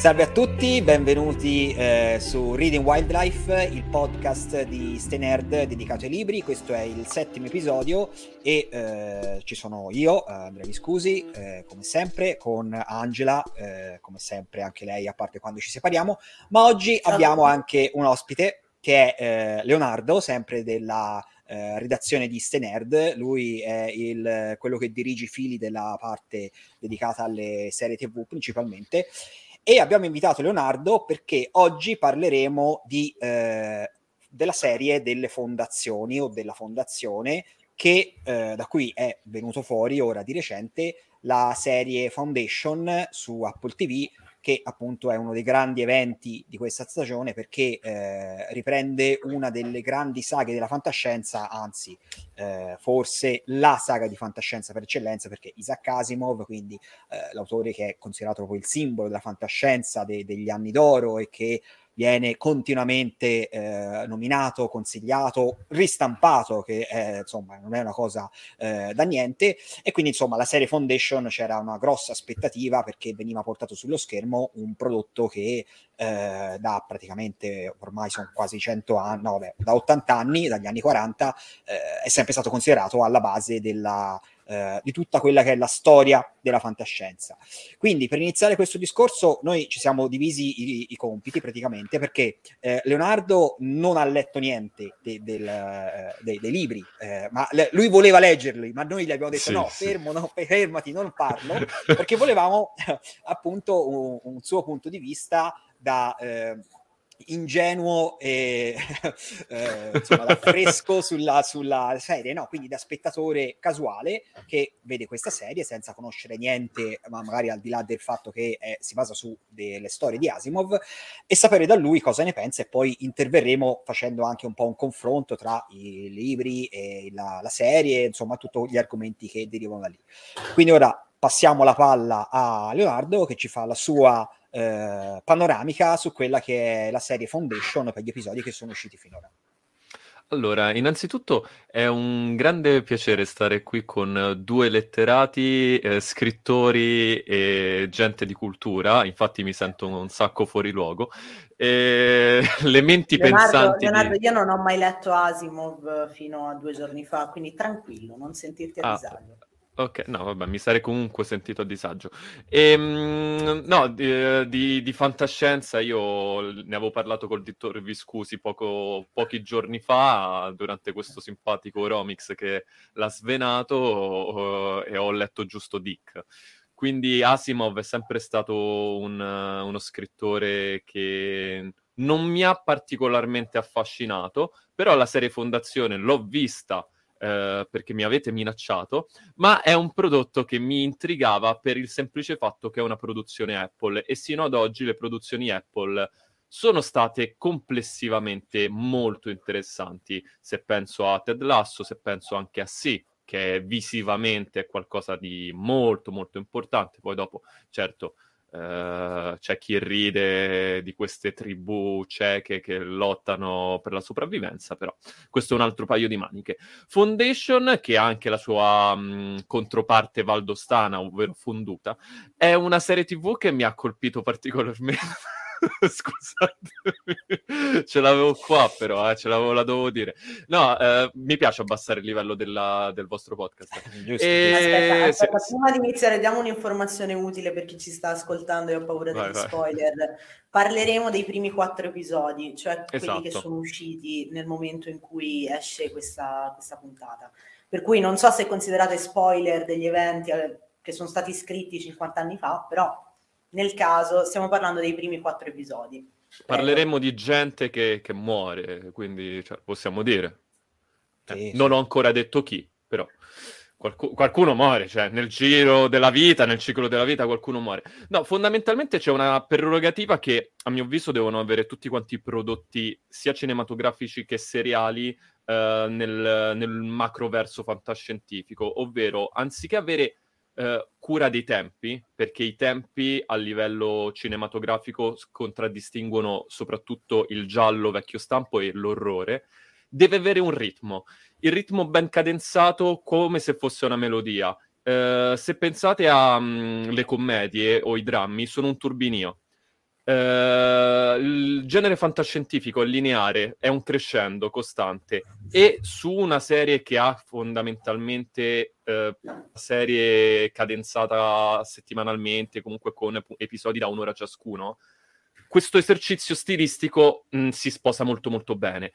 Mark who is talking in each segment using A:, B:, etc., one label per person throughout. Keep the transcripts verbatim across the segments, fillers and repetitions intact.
A: Salve a tutti, benvenuti eh, su Reading Wildlife, il podcast di Stay Nerd dedicato ai libri. Questo è il settimo episodio e eh, ci sono io, Andrea Viscusi, eh, come sempre, con Angela, eh, come sempre anche lei, a parte quando ci separiamo, ma oggi
B: Ciao.
A: Abbiamo anche un ospite che è eh, Leonardo, sempre della eh, redazione di Stay Nerd. Lui è il, quello che dirige i fili della parte dedicata alle serie tivù principalmente. E abbiamo invitato Leonardo perché oggi parleremo di, eh, della serie delle fondazioni o della fondazione che eh, da cui è venuto fuori ora di recente la serie Foundation su Apple T V, che appunto è uno dei grandi eventi di questa stagione perché eh, riprende una delle grandi saghe della fantascienza, anzi eh, forse la saga di fantascienza per eccellenza, perché Isaac Asimov, quindi eh, l'autore che è considerato proprio il simbolo della fantascienza de- degli anni d'oro e che viene continuamente eh, nominato, consigliato, ristampato, che è, insomma non è una cosa eh, da niente. E quindi insomma la serie Foundation c'era una grossa aspettativa perché veniva portato sullo schermo un prodotto che eh, da praticamente ormai sono quasi cento anni, no, beh, da ottanta anni, dagli anni quaranta, eh, è sempre stato considerato alla base della Uh, di tutta quella che è la storia della fantascienza. Quindi per iniziare questo discorso noi ci siamo divisi i, i compiti praticamente perché eh, Leonardo non ha letto niente de, del, uh, dei, dei libri, eh, ma le, lui voleva leggerli, ma noi gli abbiamo detto sì, no, sì. fermo, no, fermati, non parlo, perché volevamo appunto un, un suo punto di vista da eh, ingenuo e eh, insomma da fresco sulla, sulla serie, no? Quindi da spettatore casuale che vede questa serie senza conoscere niente, ma magari al di là del fatto che eh, si basa su delle storie di Asimov, e sapere da lui cosa ne pensa, e poi interverremo facendo anche un po' un confronto tra i libri e la, la serie, insomma tutti gli argomenti che derivano da lì. Quindi ora passiamo la palla a Leonardo che ci fa la sua Eh, panoramica su quella che è la serie Foundation per gli episodi che sono usciti finora.
C: Allora, innanzitutto è un grande piacere stare qui con due letterati, eh, scrittori e gente di cultura, infatti mi sento un sacco fuori luogo. E le menti
B: Leonardo,
C: pensanti
B: Leonardo
C: di...
B: io non ho mai letto Asimov fino a due giorni fa, quindi tranquillo, non sentirti a
C: Ah,
B: disagio.
C: ok, no, vabbè, mi sarei comunque sentito a disagio. E, mh, no, di, di, di fantascienza io ne avevo parlato col dottor Viscusi poco, pochi giorni fa, durante questo simpatico Romix che l'ha svenato, uh, e ho letto giusto Dick. Quindi Asimov è sempre stato un, uh, uno scrittore che non mi ha particolarmente affascinato, però la serie Fondazione l'ho vista, Uh, perché mi avete minacciato, ma è un prodotto che mi intrigava per il semplice fatto che è una produzione Apple, e sino ad oggi le produzioni Apple sono state complessivamente molto interessanti. Se penso a Ted Lasso, se penso anche a Sì, che visivamente è qualcosa di molto molto importante. Poi dopo, certo, Uh, c'è chi ride di queste tribù cieche che lottano per la sopravvivenza, però questo è un altro paio di maniche. Foundation, che ha anche la sua mh, controparte valdostana, ovvero Fonduta, è una serie tivù che mi ha colpito particolarmente. Scusate, ce l'avevo qua però, eh, ce l'avevo, la dovevo dire. No, eh, mi piace abbassare il livello della, del vostro podcast.
B: Giusto, e... Aspetta, aspetta
C: se...
B: prima di iniziare diamo un'informazione utile per chi ci sta ascoltando e ho paura vai, degli vai. spoiler. Parleremo dei primi quattro episodi, cioè quelli esatto. che sono usciti nel momento in cui esce questa, questa puntata. Per cui non so se considerate spoiler degli eventi che sono stati scritti cinquanta anni fa, però nel caso stiamo parlando dei primi quattro episodi. Prego.
C: Parleremo di gente che, che muore, quindi cioè, possiamo dire.
A: Sì,
C: eh, non
A: sì.
C: ho ancora detto chi, però qualc- qualcuno muore, cioè nel giro della vita, nel ciclo della vita qualcuno muore. No, fondamentalmente c'è una prerogativa che a mio avviso devono avere tutti quanti i prodotti, sia cinematografici che seriali, eh, nel, nel macroverso fantascientifico, ovvero anziché avere Uh, cura dei tempi, perché i tempi a livello cinematografico contraddistinguono soprattutto il giallo vecchio stampo e l'orrore, deve avere un ritmo, il ritmo ben cadenzato come se fosse una melodia. Uh, se pensate alle um, commedie o i drammi, sono un turbinio. Uh, il genere fantascientifico è lineare, è un crescendo costante, e su una serie che ha fondamentalmente uh, serie cadenzata settimanalmente, comunque con ep- episodi da un'ora ciascuno, questo esercizio stilistico mh, si sposa molto molto bene.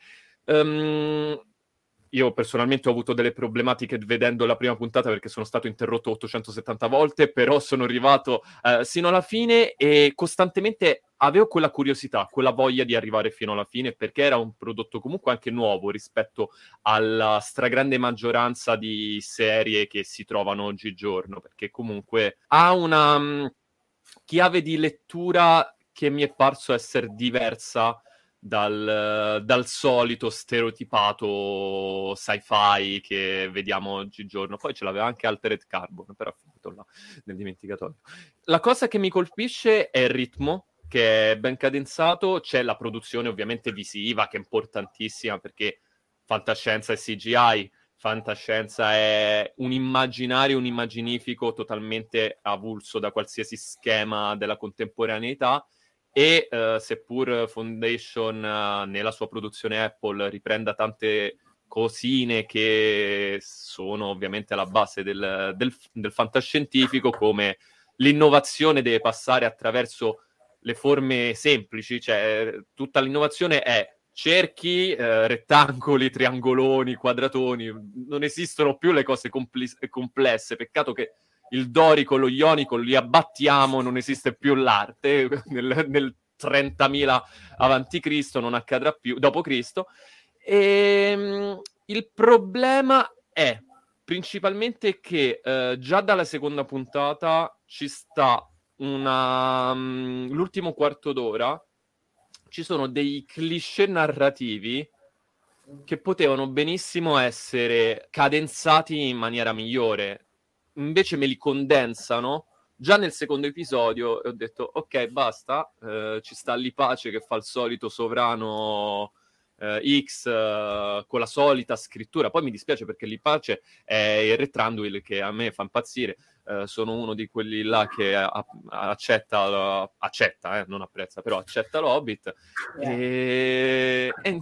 C: Um, io personalmente ho avuto delle problematiche vedendo la prima puntata perché sono stato interrotto ottocentosettanta volte, però sono arrivato uh, sino alla fine e costantemente avevo quella curiosità, quella voglia di arrivare fino alla fine, perché era un prodotto comunque anche nuovo rispetto alla stragrande maggioranza di serie che si trovano oggigiorno, perché comunque ha una um, chiave di lettura che mi è parso essere diversa dal, dal solito stereotipato sci-fi che vediamo oggigiorno. Poi ce l'aveva anche Altered Carbon, però è finito là nel dimenticatoio. La cosa che mi colpisce è il ritmo, che è ben cadenzato. C'è la produzione ovviamente visiva, che è importantissima, perché fantascienza e C G I. Fantascienza è un immaginario, un immaginifico totalmente avulso da qualsiasi schema della contemporaneità, e uh, seppur Foundation uh, nella sua produzione Apple riprenda tante cosine che sono ovviamente alla base del, del, del fantascientifico, come l'innovazione deve passare attraverso le forme semplici, cioè tutta l'innovazione è cerchi, eh, rettangoli, triangoloni, quadratoni, non esistono più le cose compl- complesse, peccato che il dorico, lo ionico li abbattiamo, non esiste più l'arte, nel, nel trentamila avanti Cristo non accadrà più, dopo Cristo, e um, il problema è principalmente che uh, già dalla seconda puntata ci sta una um, l'ultimo quarto d'ora ci sono dei cliché narrativi che potevano benissimo essere cadenzati in maniera migliore, invece me li condensano già nel secondo episodio e ho detto ok, basta, eh, ci sta lì Pace che fa il solito sovrano eh, X eh, con la solita scrittura. Poi mi dispiace perché lì Pace è il Re Thranduil, che a me fa impazzire. Uh, sono uno di quelli là che a- a- accetta, uh, accetta, eh, non apprezza, però accetta l'Hobbit. Yeah. E... E...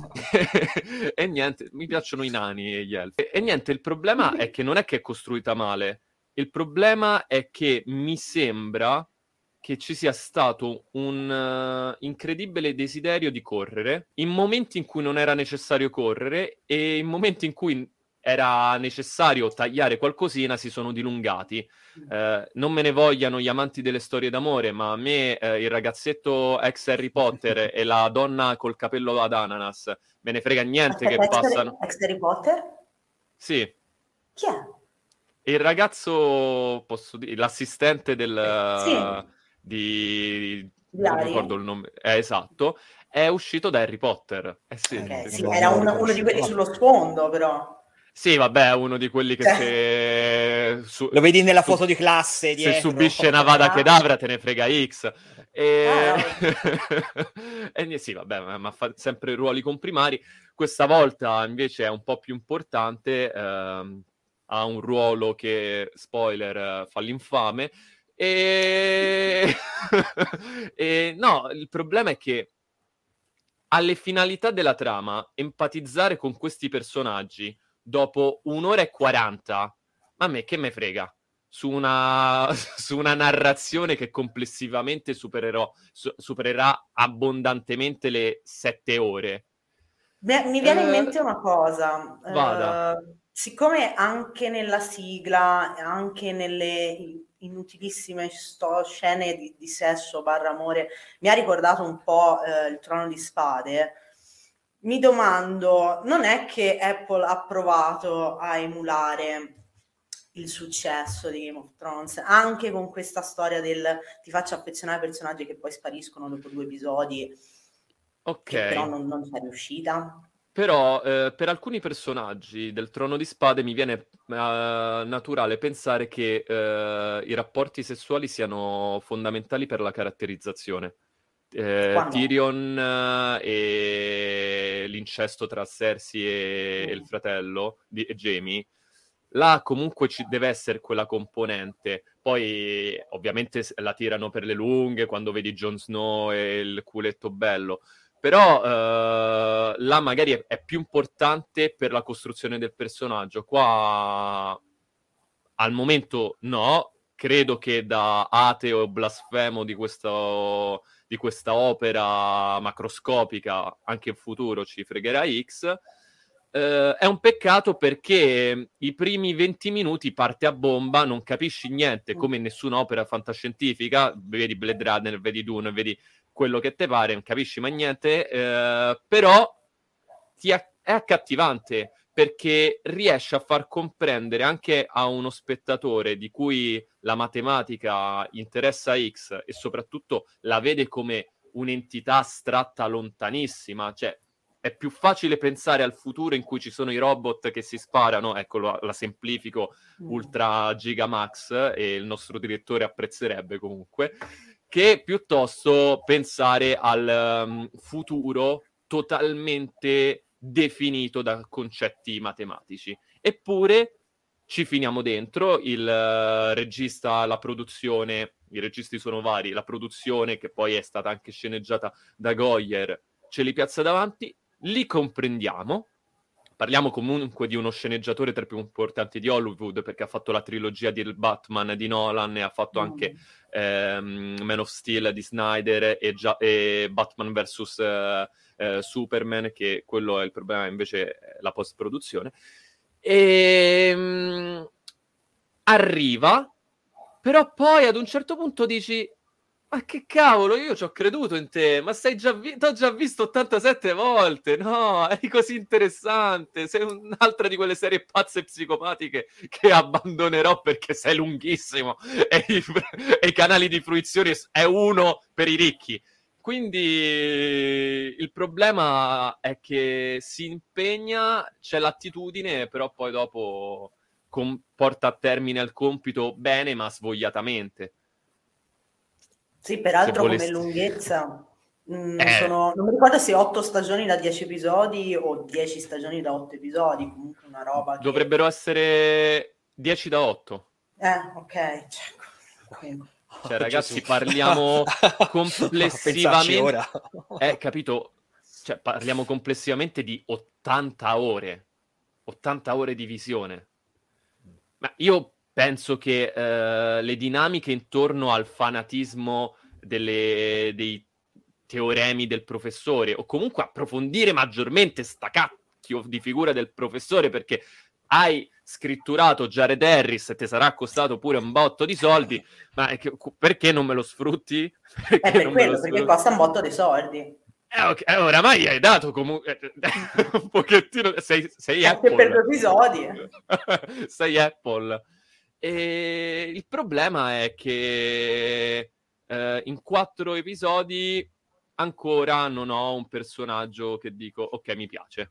C: e niente, mi piacciono i nani e gli elfi. E, e niente, il problema è che non è che è costruita male, il problema è che mi sembra che ci sia stato un uh, incredibile desiderio di correre in momenti in cui non era necessario correre, e in momenti in cui era necessario tagliare qualcosina si sono dilungati. Eh, non me ne vogliano gli amanti delle storie d'amore, ma a me eh, il ragazzetto ex Harry Potter e la donna col capello ad ananas me ne frega niente. Aspetta, che ex passano
B: ex Harry Potter?
C: Sì.
B: Chi è?
C: Il ragazzo, posso dire, l'assistente del
B: sì.
C: di
B: Di
C: non mi ricordo il nome, è esatto, è uscito da Harry Potter. Eh sì,
B: okay, sì, era uno, uno di quelli sullo sfondo, però.
C: Sì, vabbè, è uno di quelli che se... Su,
A: lo vedi nella
C: su,
A: foto di classe dietro.
C: Se subisce una Vada Kedavra te ne frega X. E...
B: Ah, no.
C: e sì, vabbè, ma fa sempre ruoli comprimari. Questa volta invece è un po' più importante, ehm, ha un ruolo che, spoiler, fa l'infame. E... e no, il problema è che alle finalità della trama, empatizzare con questi personaggi dopo un'ora e quaranta, a me che me frega, su una, su una narrazione che complessivamente supererò, su, supererà abbondantemente le sette ore.
B: Mi viene uh, in mente una cosa.
C: Vada.
B: Uh, siccome anche nella sigla, anche nelle inutilissime sto, scene di, di sesso barra amore, mi ha ricordato un po' uh, il Trono di Spade, mi domando, non è che Apple ha provato a emulare il successo di Game of Thrones anche con questa storia del ti faccio affezionare ai personaggi che poi spariscono dopo due episodi,
C: ok,
B: che però non, non è riuscita?
C: Però eh, per alcuni personaggi del Trono di Spade mi viene uh, naturale pensare che uh, i rapporti sessuali siano fondamentali per la caratterizzazione. Eh, Tyrion uh, e l'incesto tra Cersei e, mm. e il fratello di e Jaime là comunque ci deve essere quella componente. Poi ovviamente la tirano per le lunghe quando vedi Jon Snow e il culetto bello, però uh, là magari è, è più importante per la costruzione del personaggio. Qua al momento no, credo che da ateo e blasfemo di questo, di questa opera macroscopica anche in futuro ci fregherà X. Uh, è un peccato perché i primi venti minuti parte a bomba, non capisci niente, come in nessuna opera fantascientifica, vedi Blade Runner, vedi Dune, vedi quello che te pare, non capisci mai niente, uh, però ti è, è accattivante, perché riesce a far comprendere anche a uno spettatore di cui la matematica interessa X e soprattutto la vede come un'entità astratta lontanissima, cioè è più facile pensare al futuro in cui ci sono i robot che si sparano, ecco, la, la semplifico ultra gigamax e il nostro direttore apprezzerebbe comunque, che piuttosto pensare al um, futuro totalmente definito da concetti matematici. Eppure ci finiamo dentro, il uh, regista, la produzione, i registi sono vari, la produzione, che poi è stata anche sceneggiata da Goyer, ce li piazza davanti, li comprendiamo. Parliamo comunque di uno sceneggiatore tra i più importanti di Hollywood, perché ha fatto la trilogia di Batman di Nolan e ha fatto mm. anche ehm, Man of Steel di Snyder e, già, e Batman versus eh, eh, Superman, che quello è il problema, invece è la post-produzione. E mh, arriva, però poi ad un certo punto dici: ma che cavolo, io ci ho creduto in te, ma sei già vi- t'ho già visto ottantasette volte, no, eri così interessante, sei un'altra di quelle serie pazze psicopatiche che abbandonerò perché sei lunghissimo e i, e i canali di fruizione è uno per i ricchi. Quindi il problema è che si impegna, c'è l'attitudine, però poi dopo com- porta a termine il compito bene ma svogliatamente.
B: Sì, peraltro volessi... come lunghezza, mh, eh. sono, non mi ricordo se otto stagioni da dieci episodi o dieci stagioni da otto episodi, comunque una roba che...
C: Dovrebbero essere dieci da otto.
B: Eh, ok. Cioè,
C: cioè ragazzi, parliamo complessivamente... Eh, capito? Cioè, parliamo complessivamente di ottanta ore. ottanta ore di visione. Ma io... penso che uh, le dinamiche intorno al fanatismo delle, dei teoremi del professore, o comunque approfondire maggiormente sta cacchio di figura del professore, perché hai scritturato Jared Harris e ti sarà costato pure un botto di soldi, ma che, perché non me lo sfrutti?
B: Perché è per quello, perché costa un botto di soldi.
C: Eh, okay. eh, oramai hai dato comunque un pochettino, sei, sei
B: Anche
C: Apple.
B: per due episodi.
C: Sei Apple. E il problema è che eh, in quattro episodi ancora non ho un personaggio che dico ok, mi piace.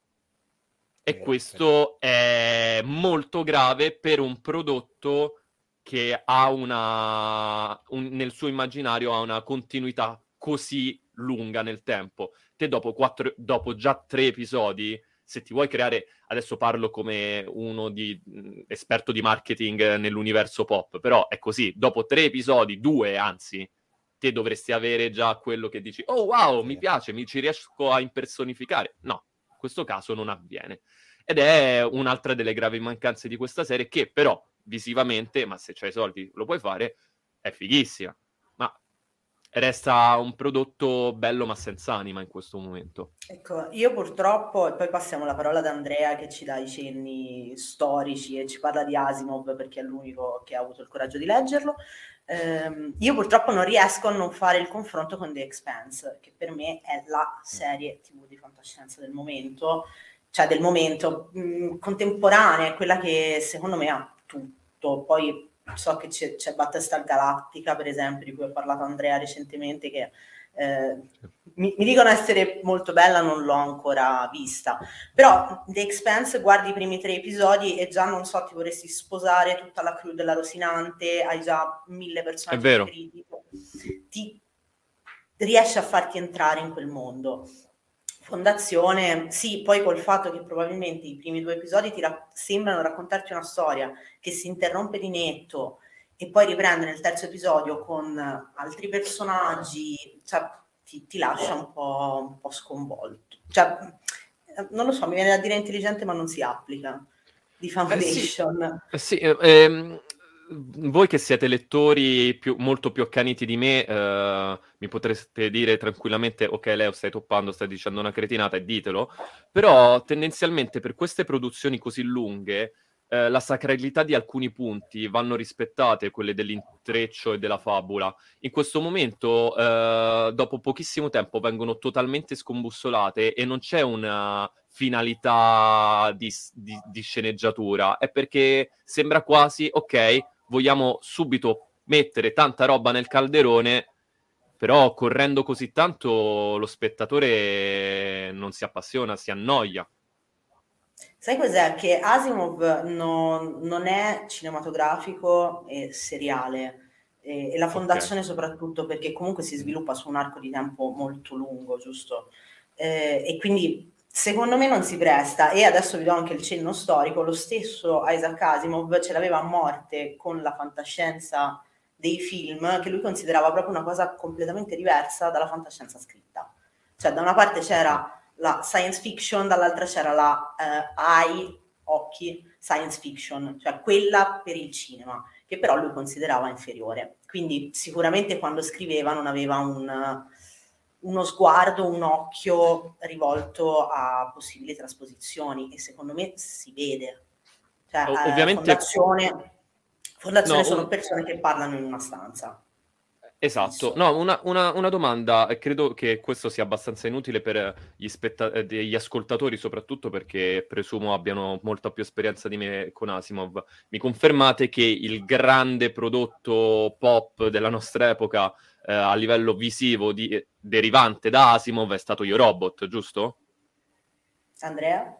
C: E eh, questo eh. è molto grave per un prodotto che ha una un, nel suo immaginario ha una continuità così lunga nel tempo. Te dopo quattro, dopo già tre episodi, se ti vuoi creare, adesso parlo come uno di mh, esperto di marketing nell'universo pop, però è così, dopo tre episodi, due anzi, te dovresti avere già quello che dici, oh wow, sì. mi piace, mi ci riesco a impersonificare. No, in questo caso non avviene. Ed è un'altra delle gravi mancanze di questa serie, che però visivamente, ma se c'hai i soldi lo puoi fare, è fighissima. Ma resta un prodotto bello ma senza anima in questo momento.
B: Ecco, io purtroppo, e poi passiamo la parola ad Andrea che ci dà i cenni storici e ci parla di Asimov perché è l'unico che ha avuto il coraggio di leggerlo. Um, io purtroppo non riesco a non fare il confronto con The Expanse, che per me è la serie tivù di fantascienza del momento, cioè del momento mh, contemporanea, quella che secondo me ha tutto. Poi so che c'è, c'è Battlestar Galactica, per esempio, di cui ha parlato Andrea recentemente, che eh, mi, mi dicono essere molto bella, non l'ho ancora vista. Però The Expanse, guardi i primi tre episodi e già, non so, ti vorresti sposare tutta la crew della Rosinante, hai già mille personaggi preferiti, ti riesce a farti entrare in quel mondo. Fondazione, sì, poi col fatto che probabilmente i primi due episodi ti ra- sembrano raccontarti una storia che si interrompe di netto e poi riprende nel terzo episodio con altri personaggi, cioè ti, ti lascia un po', un po' sconvolto. Cioè, non lo so, mi viene da dire intelligente ma non si applica, di Foundation.
C: Eh sì, eh sì eh, ehm, voi che siete lettori più, molto più accaniti di me, eh, mi potreste dire tranquillamente, ok Leo stai toppando, stai dicendo una cretinata e ditelo, però tendenzialmente per queste produzioni così lunghe eh, la sacralità di alcuni punti vanno rispettate, quelle dell'intreccio e della fabula. In questo momento, eh, dopo pochissimo tempo, vengono totalmente scombussolate e non c'è una finalità di, di, di sceneggiatura, è perché sembra quasi, ok, vogliamo subito mettere tanta roba nel calderone, però correndo così tanto lo spettatore non si appassiona, si annoia.
B: Sai cos'è? Che Asimov non, non è cinematografico e seriale, e, e la Fondazione okay. soprattutto perché comunque si sviluppa su un arco di tempo molto lungo, giusto? Eh, e quindi secondo me non si presta, e adesso vi do anche il cenno storico, lo stesso Isaac Asimov ce l'aveva a morte con la fantascienza dei film, che lui considerava proprio una cosa completamente diversa dalla fantascienza scritta. Cioè da una parte c'era la science fiction, dall'altra c'era la eh, eye, occhi, science fiction, cioè quella per il cinema, che però lui considerava inferiore. Quindi sicuramente quando scriveva non aveva un, uno sguardo, un occhio rivolto a possibili trasposizioni, e secondo me si vede. Cioè,
C: O-
B: eh,
C: ovviamente...
B: Fondazione, fondazione
C: no,
B: sono
C: un...
B: persone che parlano in una stanza.
C: Esatto, no, una, una, una domanda, e credo che questo sia abbastanza inutile per gli, spetta- gli ascoltatori, soprattutto perché presumo abbiano molta più esperienza di me con Asimov. Mi confermate che il grande prodotto pop della nostra epoca eh, a livello visivo di, derivante da Asimov è stato Io Robot, giusto?
B: Andrea?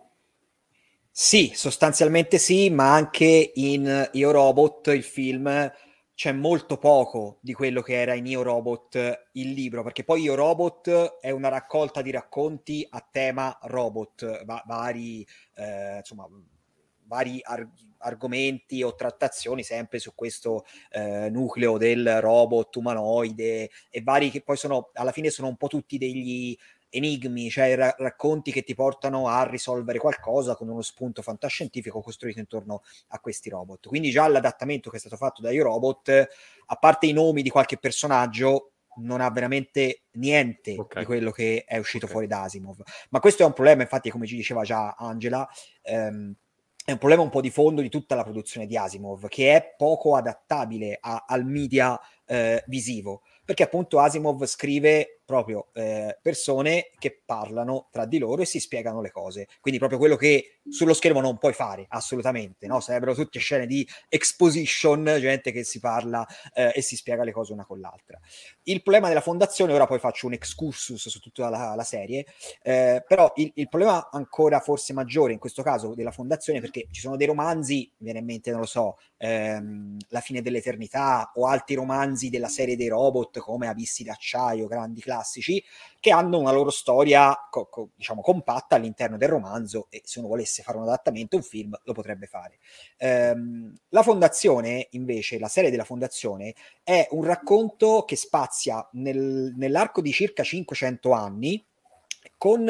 A: Sì, sostanzialmente sì, ma anche in Io Robot, il film, c'è molto poco di quello che era in Io Robot il libro, perché poi Io Robot è una raccolta di racconti a tema robot, va- vari, eh, insomma, vari ar- argomenti o trattazioni sempre su questo eh, nucleo del robot umanoide e vari che poi sono, alla fine sono un po' tutti degli enigmi, cioè ra- racconti che ti portano a risolvere qualcosa con uno spunto fantascientifico costruito intorno a questi robot. Quindi già l'adattamento che è stato fatto da Io Robot, a parte i nomi di qualche personaggio, non ha veramente niente okay. di quello che è uscito okay. fuori da Asimov. Ma questo è un problema, infatti, come ci diceva già Angela, ehm, è un problema un po' di fondo di tutta la produzione di Asimov, che è poco adattabile a, al media eh, visivo. Perché appunto Asimov scrive proprio eh, persone che parlano tra di loro e si spiegano le cose. Quindi proprio quello che sullo schermo non puoi fare, assolutamente, no? Sarebbero tutte scene di exposition, gente che si parla eh, e si spiega le cose una con l'altra. Il problema della Fondazione, ora poi faccio un excursus su tutta la, la serie, eh, però il, il problema ancora forse maggiore in questo caso della Fondazione, perché ci sono dei romanzi, mi viene in mente, non lo so, ehm, La fine dell'eternità o altri romanzi della serie dei robot come Abissi d'acciaio, grandi classici, che hanno una loro storia co- co- diciamo compatta all'interno del romanzo, e se uno volesse fare un adattamento, un film, lo potrebbe fare. Ehm, la Fondazione, invece, la serie della Fondazione, è un racconto che spazia nel, nell'arco di circa cinquecento anni con,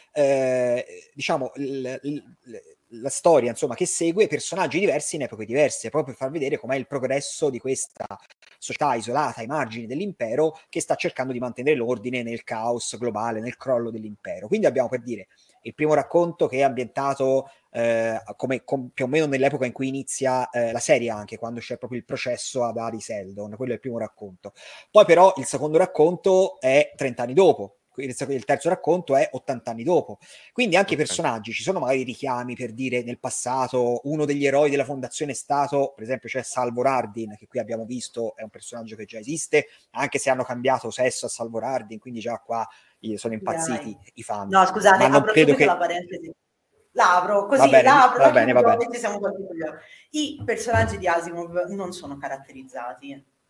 A: eh, diciamo, l, l, la storia, insomma, che segue personaggi diversi in epoche diverse, proprio per far vedere com'è il progresso di questa società isolata ai margini dell'impero che sta cercando di mantenere l'ordine nel caos globale, nel crollo dell'impero. Quindi abbiamo, per dire, il primo racconto che è ambientato eh, come, com, più o meno nell'epoca in cui inizia eh, la serie, anche quando c'è proprio il processo ad Ari Seldon, quello è il primo racconto. Poi però il secondo racconto è trenta anni dopo, il terzo racconto è ottanta anni dopo. Quindi anche i okay. personaggi, ci sono magari richiami per dire nel passato uno degli eroi della Fondazione è stato, per esempio c'è Salvo Rardin, che qui abbiamo visto è un personaggio che già esiste, anche se hanno cambiato sesso a Salvo Rardin, quindi già qua sono impazziti Dai. i fan.
B: No, scusate,
A: ma non
B: apro
A: credo che
B: la parentesi. L'apro, così,
A: va bene,
B: l'apro,
A: va bene, va bene.
B: Ci siamo I personaggi di Asimov non sono caratterizzati.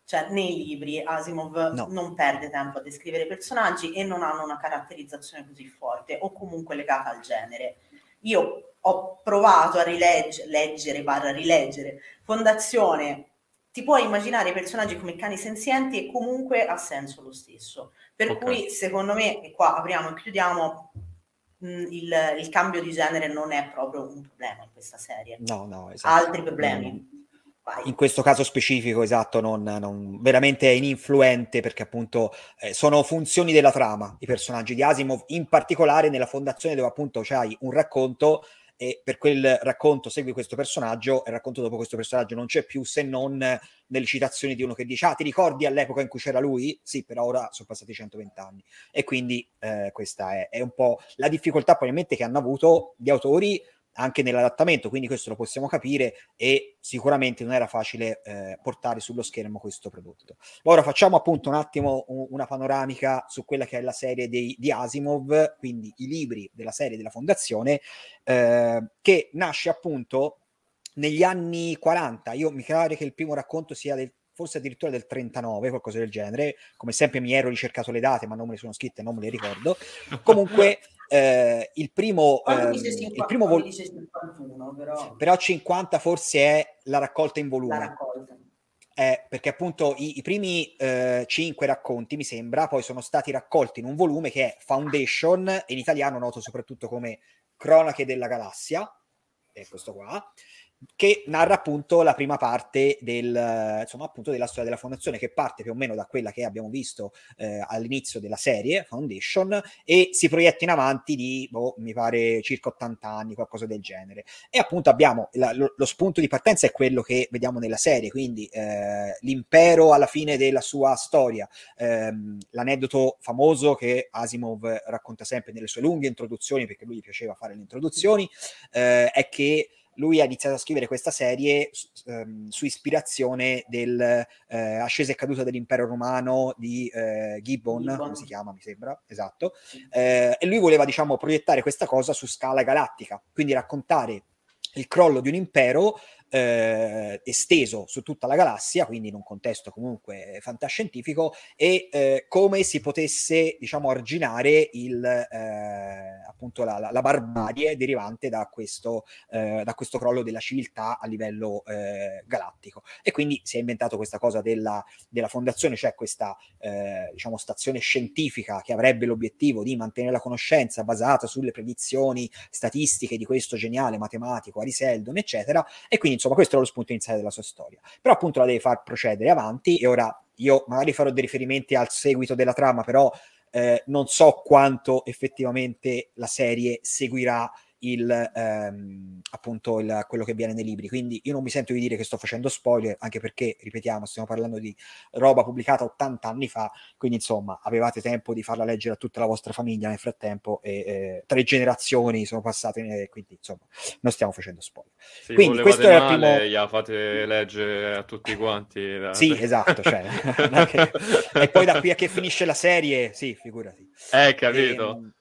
B: Cioè, nei libri Asimov
A: no.
B: non perde tempo a descrivere i personaggi e non hanno una caratterizzazione così forte o comunque legata al genere. Io ho provato a rileggere, leggere, barra rileggere Fondazione, ti puoi immaginare i personaggi come cani senzienti e comunque ha senso lo stesso. Per
C: Ok.
B: cui, secondo me, e qua apriamo e chiudiamo, mh, il, il cambio di genere non è proprio un problema in questa serie.
A: No, no, esatto.
B: Altri problemi.
A: Mm. In questo caso specifico, esatto, non, non veramente è ininfluente perché appunto eh, sono funzioni della trama, i personaggi di Asimov, in particolare nella Fondazione dove appunto c'hai un racconto e per quel racconto segui questo personaggio e il racconto dopo questo personaggio non c'è più se non nelle citazioni di uno che dice ah ti ricordi all'epoca in cui c'era lui? Sì, però ora sono passati centoventi anni e quindi eh, questa è, è un po' la difficoltà probabilmente che hanno avuto gli autori anche nell'adattamento, quindi questo lo possiamo capire e sicuramente non era facile eh, portare sullo schermo questo prodotto. Ora facciamo appunto un attimo un, una panoramica su quella che è la serie dei, di Asimov, quindi i libri della serie della Fondazione, eh, che nasce appunto negli anni quaranta. Io mi pare che il primo racconto sia del forse addirittura del trentanove, qualcosa del genere. Come sempre mi ero ricercato le date, ma non me le sono scritte, non me le ricordo. Comunque eh, il primo ehm, il primo vol-
B: dice cinquantuno, però...
A: però cinquanta forse è la raccolta in volume.
B: La raccolta.
A: Eh, perché appunto i, i primi eh, cinque racconti, mi sembra, poi sono stati raccolti in un volume che è Foundation, in italiano noto soprattutto come Cronache della Galassia, è questo qua, che narra appunto la prima parte del, insomma, appunto della storia della Fondazione, che parte più o meno da quella che abbiamo visto eh, all'inizio della serie Foundation e si proietta in avanti di, boh, mi pare circa ottanta anni, qualcosa del genere. E appunto abbiamo la, lo, lo spunto di partenza è quello che vediamo nella serie, quindi eh, l'impero alla fine della sua storia, ehm, l'aneddoto famoso che Asimov racconta sempre nelle sue lunghe introduzioni, perché lui gli piaceva fare le introduzioni, eh, è che lui ha iniziato a scrivere questa serie um, su ispirazione del eh, Ascesa e caduta dell'impero romano di eh, Gibbon, Gibbon, come si chiama, mi sembra, esatto. Eh, e lui voleva, diciamo, proiettare questa cosa su scala galattica, quindi raccontare il crollo di un impero eh, esteso su tutta la galassia, quindi in un contesto comunque fantascientifico, e eh, come si potesse, diciamo, arginare il, eh, appunto la, la, la barbarie derivante da questo, eh, da questo crollo della civiltà a livello eh, galattico. E quindi si è inventato questa cosa della, della fondazione, cioè questa eh, diciamo stazione scientifica che avrebbe l'obiettivo di mantenere la conoscenza basata sulle predizioni statistiche di questo geniale matematico Ariseldon, eccetera, e quindi insomma questo era lo spunto iniziale della sua storia. Però appunto la deve far procedere avanti e ora io magari farò dei riferimenti al seguito della trama, però eh, non so quanto effettivamente la serie seguirà il ehm, appunto il, quello che viene nei libri, quindi io non mi sento di dire che sto facendo spoiler, anche perché ripetiamo stiamo parlando di roba pubblicata ottanta anni fa, quindi insomma avevate tempo di farla leggere a tutta la vostra famiglia nel frattempo e eh, tre generazioni sono passate, eh, quindi insomma non stiamo facendo spoiler.
C: Se
A: quindi questo era il primo,
C: gliela fate leggere a tutti quanti.
A: Sì, esatto, cioè che... e poi da qui a che finisce la serie, sì, figurati.
C: Eh, capito.
A: E,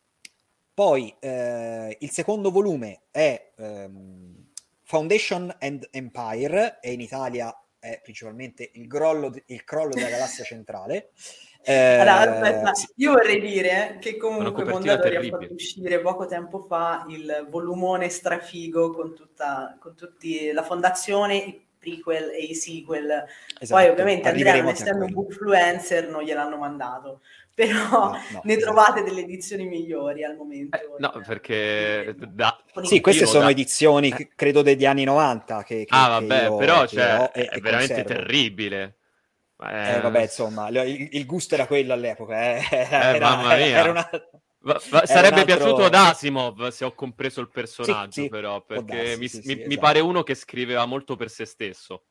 A: poi eh, il secondo volume è um, Foundation and Empire, e in Italia è principalmente il, grollo, il crollo della galassia centrale.
B: Eh, allora, aspetta, io vorrei dire che comunque Mondadori
C: terribile.
B: ha fatto uscire poco tempo fa il volumone strafigo con tutta con tutti la fondazione, i prequel e i sequel. Esatto. Poi ovviamente Andrea, non essendo un bookfluencer, non gliel'hanno mandato. Però no, no, ne esatto. trovate delle edizioni migliori al momento.
C: Eh, no, perché da,
A: sì, queste sono da... edizioni eh. credo degli anni novanta che, che,
C: ah vabbè,
A: che io,
C: però
A: che
C: cioè,
A: ho e,
C: è
A: e
C: veramente
A: conservo.
C: terribile.
A: Eh, eh vabbè, insomma, il, il gusto era quello all'epoca, eh.
C: Era,
A: eh, mamma mia. Era una...
C: Va, va, sarebbe altro... piaciuto ad Asimov se ho compreso il personaggio,
A: sì, sì,
C: però, perché darsi, mi,
A: sì,
C: mi,
A: sì,
C: mi
A: esatto.
C: pare uno che scriveva molto per se stesso.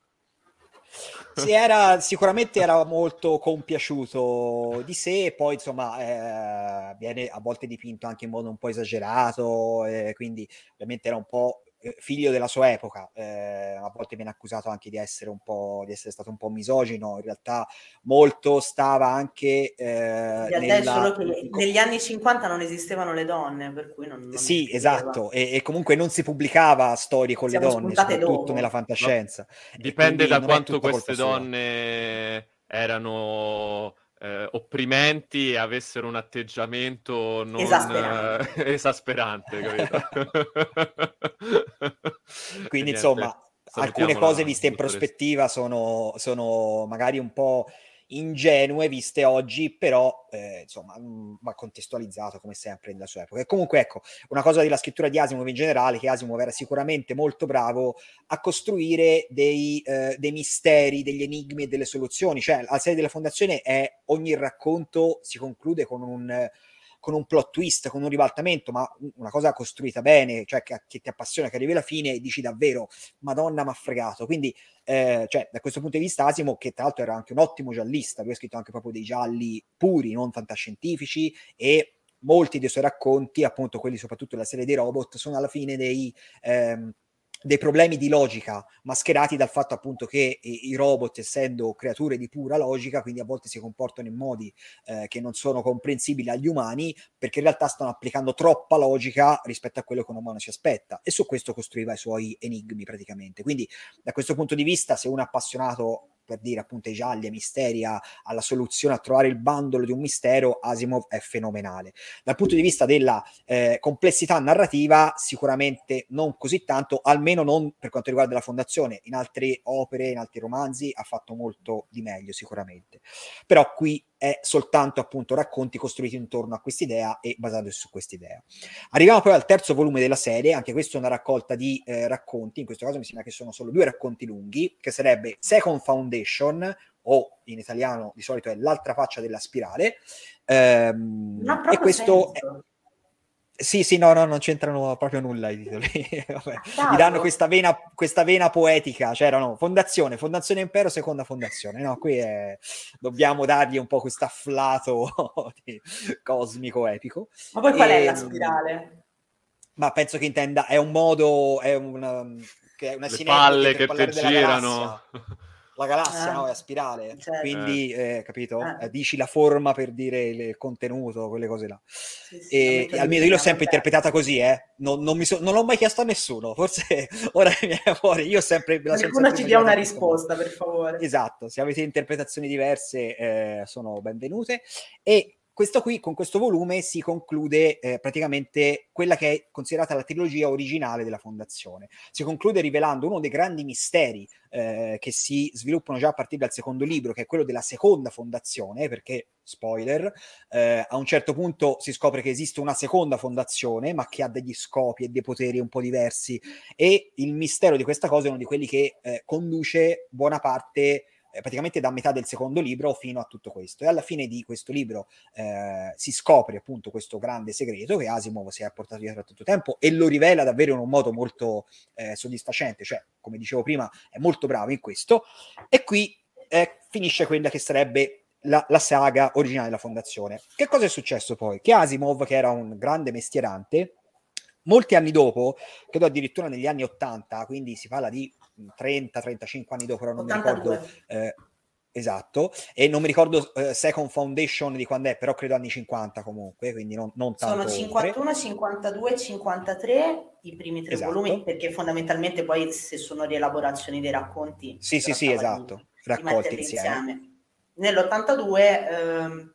A: Sì, era, sicuramente era molto compiaciuto di sé, e poi insomma eh, viene a volte dipinto anche in modo un po' esagerato, eh, quindi ovviamente era un po' figlio della sua epoca, eh, a volte viene accusato anche di essere un po' di essere stato un po' misogino, in realtà molto stava anche eh, in
B: realtà nella... è solo che negli anni cinquanta non esistevano le donne, per cui non, non
A: sì, esatto, e, e comunque non si pubblicava storie con
B: Siamo
A: le donne, soprattutto
B: dopo.
A: nella fantascienza.
C: Dipende da quanto queste donne erano eh, opprimenti e avessero un atteggiamento non
B: esasperante,
C: eh, esasperante, capito?
A: Quindi insomma, alcune cose viste in prospettiva sono, sono magari un po' ingenue viste oggi, però eh, insomma va contestualizzato come sempre nella sua epoca. E comunque ecco, una cosa della scrittura di Asimov in generale, che Asimov era sicuramente molto bravo a costruire dei, eh, dei misteri, degli enigmi e delle soluzioni. Cioè la serie della Fondazione è, ogni racconto si conclude con un con un plot twist, con un ribaltamento, ma una cosa costruita bene, cioè che, che ti appassiona, che arrivi alla fine e dici davvero Madonna m'ha fregato. Quindi eh, cioè, da questo punto di vista Asimov, che tra l'altro era anche un ottimo giallista, lui ha scritto anche proprio dei gialli puri, non fantascientifici, e molti dei suoi racconti, appunto quelli soprattutto della serie dei robot, sono alla fine dei ehm, dei problemi di logica mascherati dal fatto appunto che i, i robot, essendo creature di pura logica, quindi a volte si comportano in modi eh, che non sono comprensibili agli umani, perché in realtà stanno applicando troppa logica rispetto a quello che un umano si aspetta, e su questo costruiva i suoi enigmi praticamente. Quindi da questo punto di vista, se uno è appassionato, per dire appunto ai gialli, ai misteri, a, alla soluzione, a trovare il bandolo di un mistero, Asimov è fenomenale. Dal punto di vista della eh, complessità narrativa, sicuramente non così tanto, almeno non per quanto riguarda la Fondazione. In altre opere, in altri romanzi ha fatto molto di meglio sicuramente, però qui è soltanto appunto racconti costruiti intorno a quest'idea e basati su quest'idea. Arriviamo poi al terzo volume della serie, anche questo è una raccolta di eh, racconti, in questo caso mi sembra che sono solo due racconti lunghi, che sarebbe Second Foundation, o in italiano di solito è L'altra faccia della spirale, ehm, e questo è... Sì, sì, no, no, non c'entrano proprio nulla i titoli. Vabbè, gli danno questa vena, questa vena poetica, cioè no, fondazione, fondazione impero, seconda fondazione, no, qui è, dobbiamo dargli un po' questo afflato cosmico epico.
B: Ma poi qual e... è la spirale?
A: Ma penso che intenda, è un modo, è una, che è una
C: Le palle che ti girano.
A: La galassia, ah, no, è a spirale, certo. Quindi eh, capito? Eh. Dici la forma per dire il contenuto, quelle cose là. Sì, sì, e, e almeno io l'ho sempre interpretata così, eh. Non, non, mi so, non l'ho mai chiesto a nessuno, forse ora mi viene fuori. Io ho sempre.
B: Qualcuno ci dia una risposta, per favore.
A: Esatto, se avete interpretazioni diverse eh, sono benvenute. E questo qui, con questo volume, si conclude eh, praticamente quella che è considerata la trilogia originale della Fondazione. Si conclude rivelando uno dei grandi misteri eh, che si sviluppano già a partire dal secondo libro, che è quello della seconda fondazione, perché, spoiler, eh, a un certo punto si scopre che esiste una seconda fondazione, ma che ha degli scopi e dei poteri un po' diversi, e il mistero di questa cosa è uno di quelli che eh, conduce buona parte praticamente da metà del secondo libro fino a tutto questo. E alla fine di questo libro eh, si scopre appunto questo grande segreto che Asimov si è portato dietro a tutto tempo, e lo rivela davvero in un modo molto eh, soddisfacente, cioè come dicevo prima è molto bravo in questo, e qui eh, finisce quella che sarebbe la, la saga originale della Fondazione. Che cosa è successo poi? Che Asimov, che era un grande mestierante, molti anni dopo, credo addirittura negli anni ottanta, quindi si parla di trenta trentacinque anni dopo, non ottantadue. Mi ricordo eh, esatto, e non mi ricordo eh, Second Foundation di quando è, però credo anni cinquanta comunque, quindi non, non tanto.
B: Sono cinquantuno, oltre. cinquantadue, cinquantatré i primi tre esatto. volumi, perché fondamentalmente poi se sono rielaborazioni dei racconti.
A: Sì, sì, sì, esatto, di, raccolti
B: di
A: insieme.
B: insieme. Nell'ottantadue, ehm,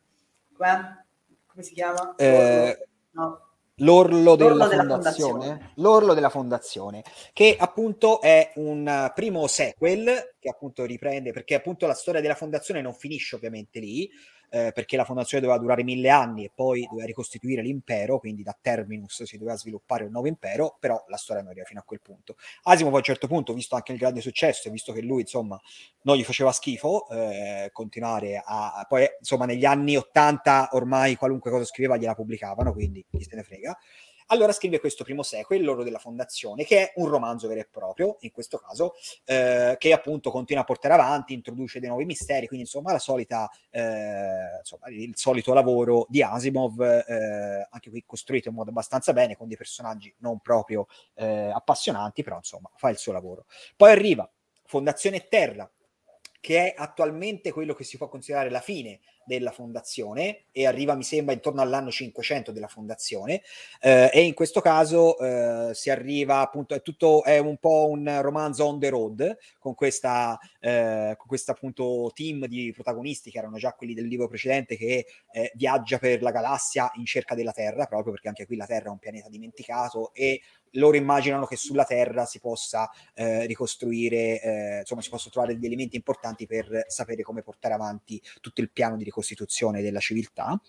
B: come si chiama?
A: Eh,
B: no.
A: L'orlo, della,
B: L'orlo della
A: fondazione,
B: fondazione.
A: L'orlo della fondazione, che appunto è un primo sequel che appunto riprende, perché appunto la storia della fondazione non finisce ovviamente lì, eh, perché la fondazione doveva durare mille anni e poi doveva ricostituire l'impero, quindi da Terminus si doveva sviluppare un nuovo impero, però la storia non arriva fino a quel punto. Asimov a un certo punto, visto anche il grande successo e visto che lui insomma non gli faceva schifo eh, continuare a... poi insomma negli anni ottanta ormai qualunque cosa scriveva gliela pubblicavano, quindi chi se ne frega. allora scrive questo primo sequel, L'oro della fondazione, che è un romanzo vero e proprio, in questo caso, eh, che appunto continua a portare avanti, introduce dei nuovi misteri, quindi insomma la solita, eh, insomma, il solito lavoro di Asimov, eh, anche qui costruito in modo abbastanza bene, con dei personaggi non proprio eh, appassionanti, però insomma fa il suo lavoro. Poi arriva Fondazione Terra, che è attualmente quello che si può considerare la fine della fondazione, e arriva mi sembra intorno all'anno cinquecento della fondazione, eh, e in questo caso eh, si arriva appunto, è tutto, è un po' un romanzo on the road, con questa eh, con questo appunto team di protagonisti che erano già quelli del libro precedente, che eh, viaggia per la galassia in cerca della Terra, proprio perché anche qui la Terra è un pianeta dimenticato e loro immaginano che sulla Terra si possa eh, ricostruire, eh, insomma si possono trovare degli elementi importanti per sapere come portare avanti tutto il piano di ricostituzione della civiltà.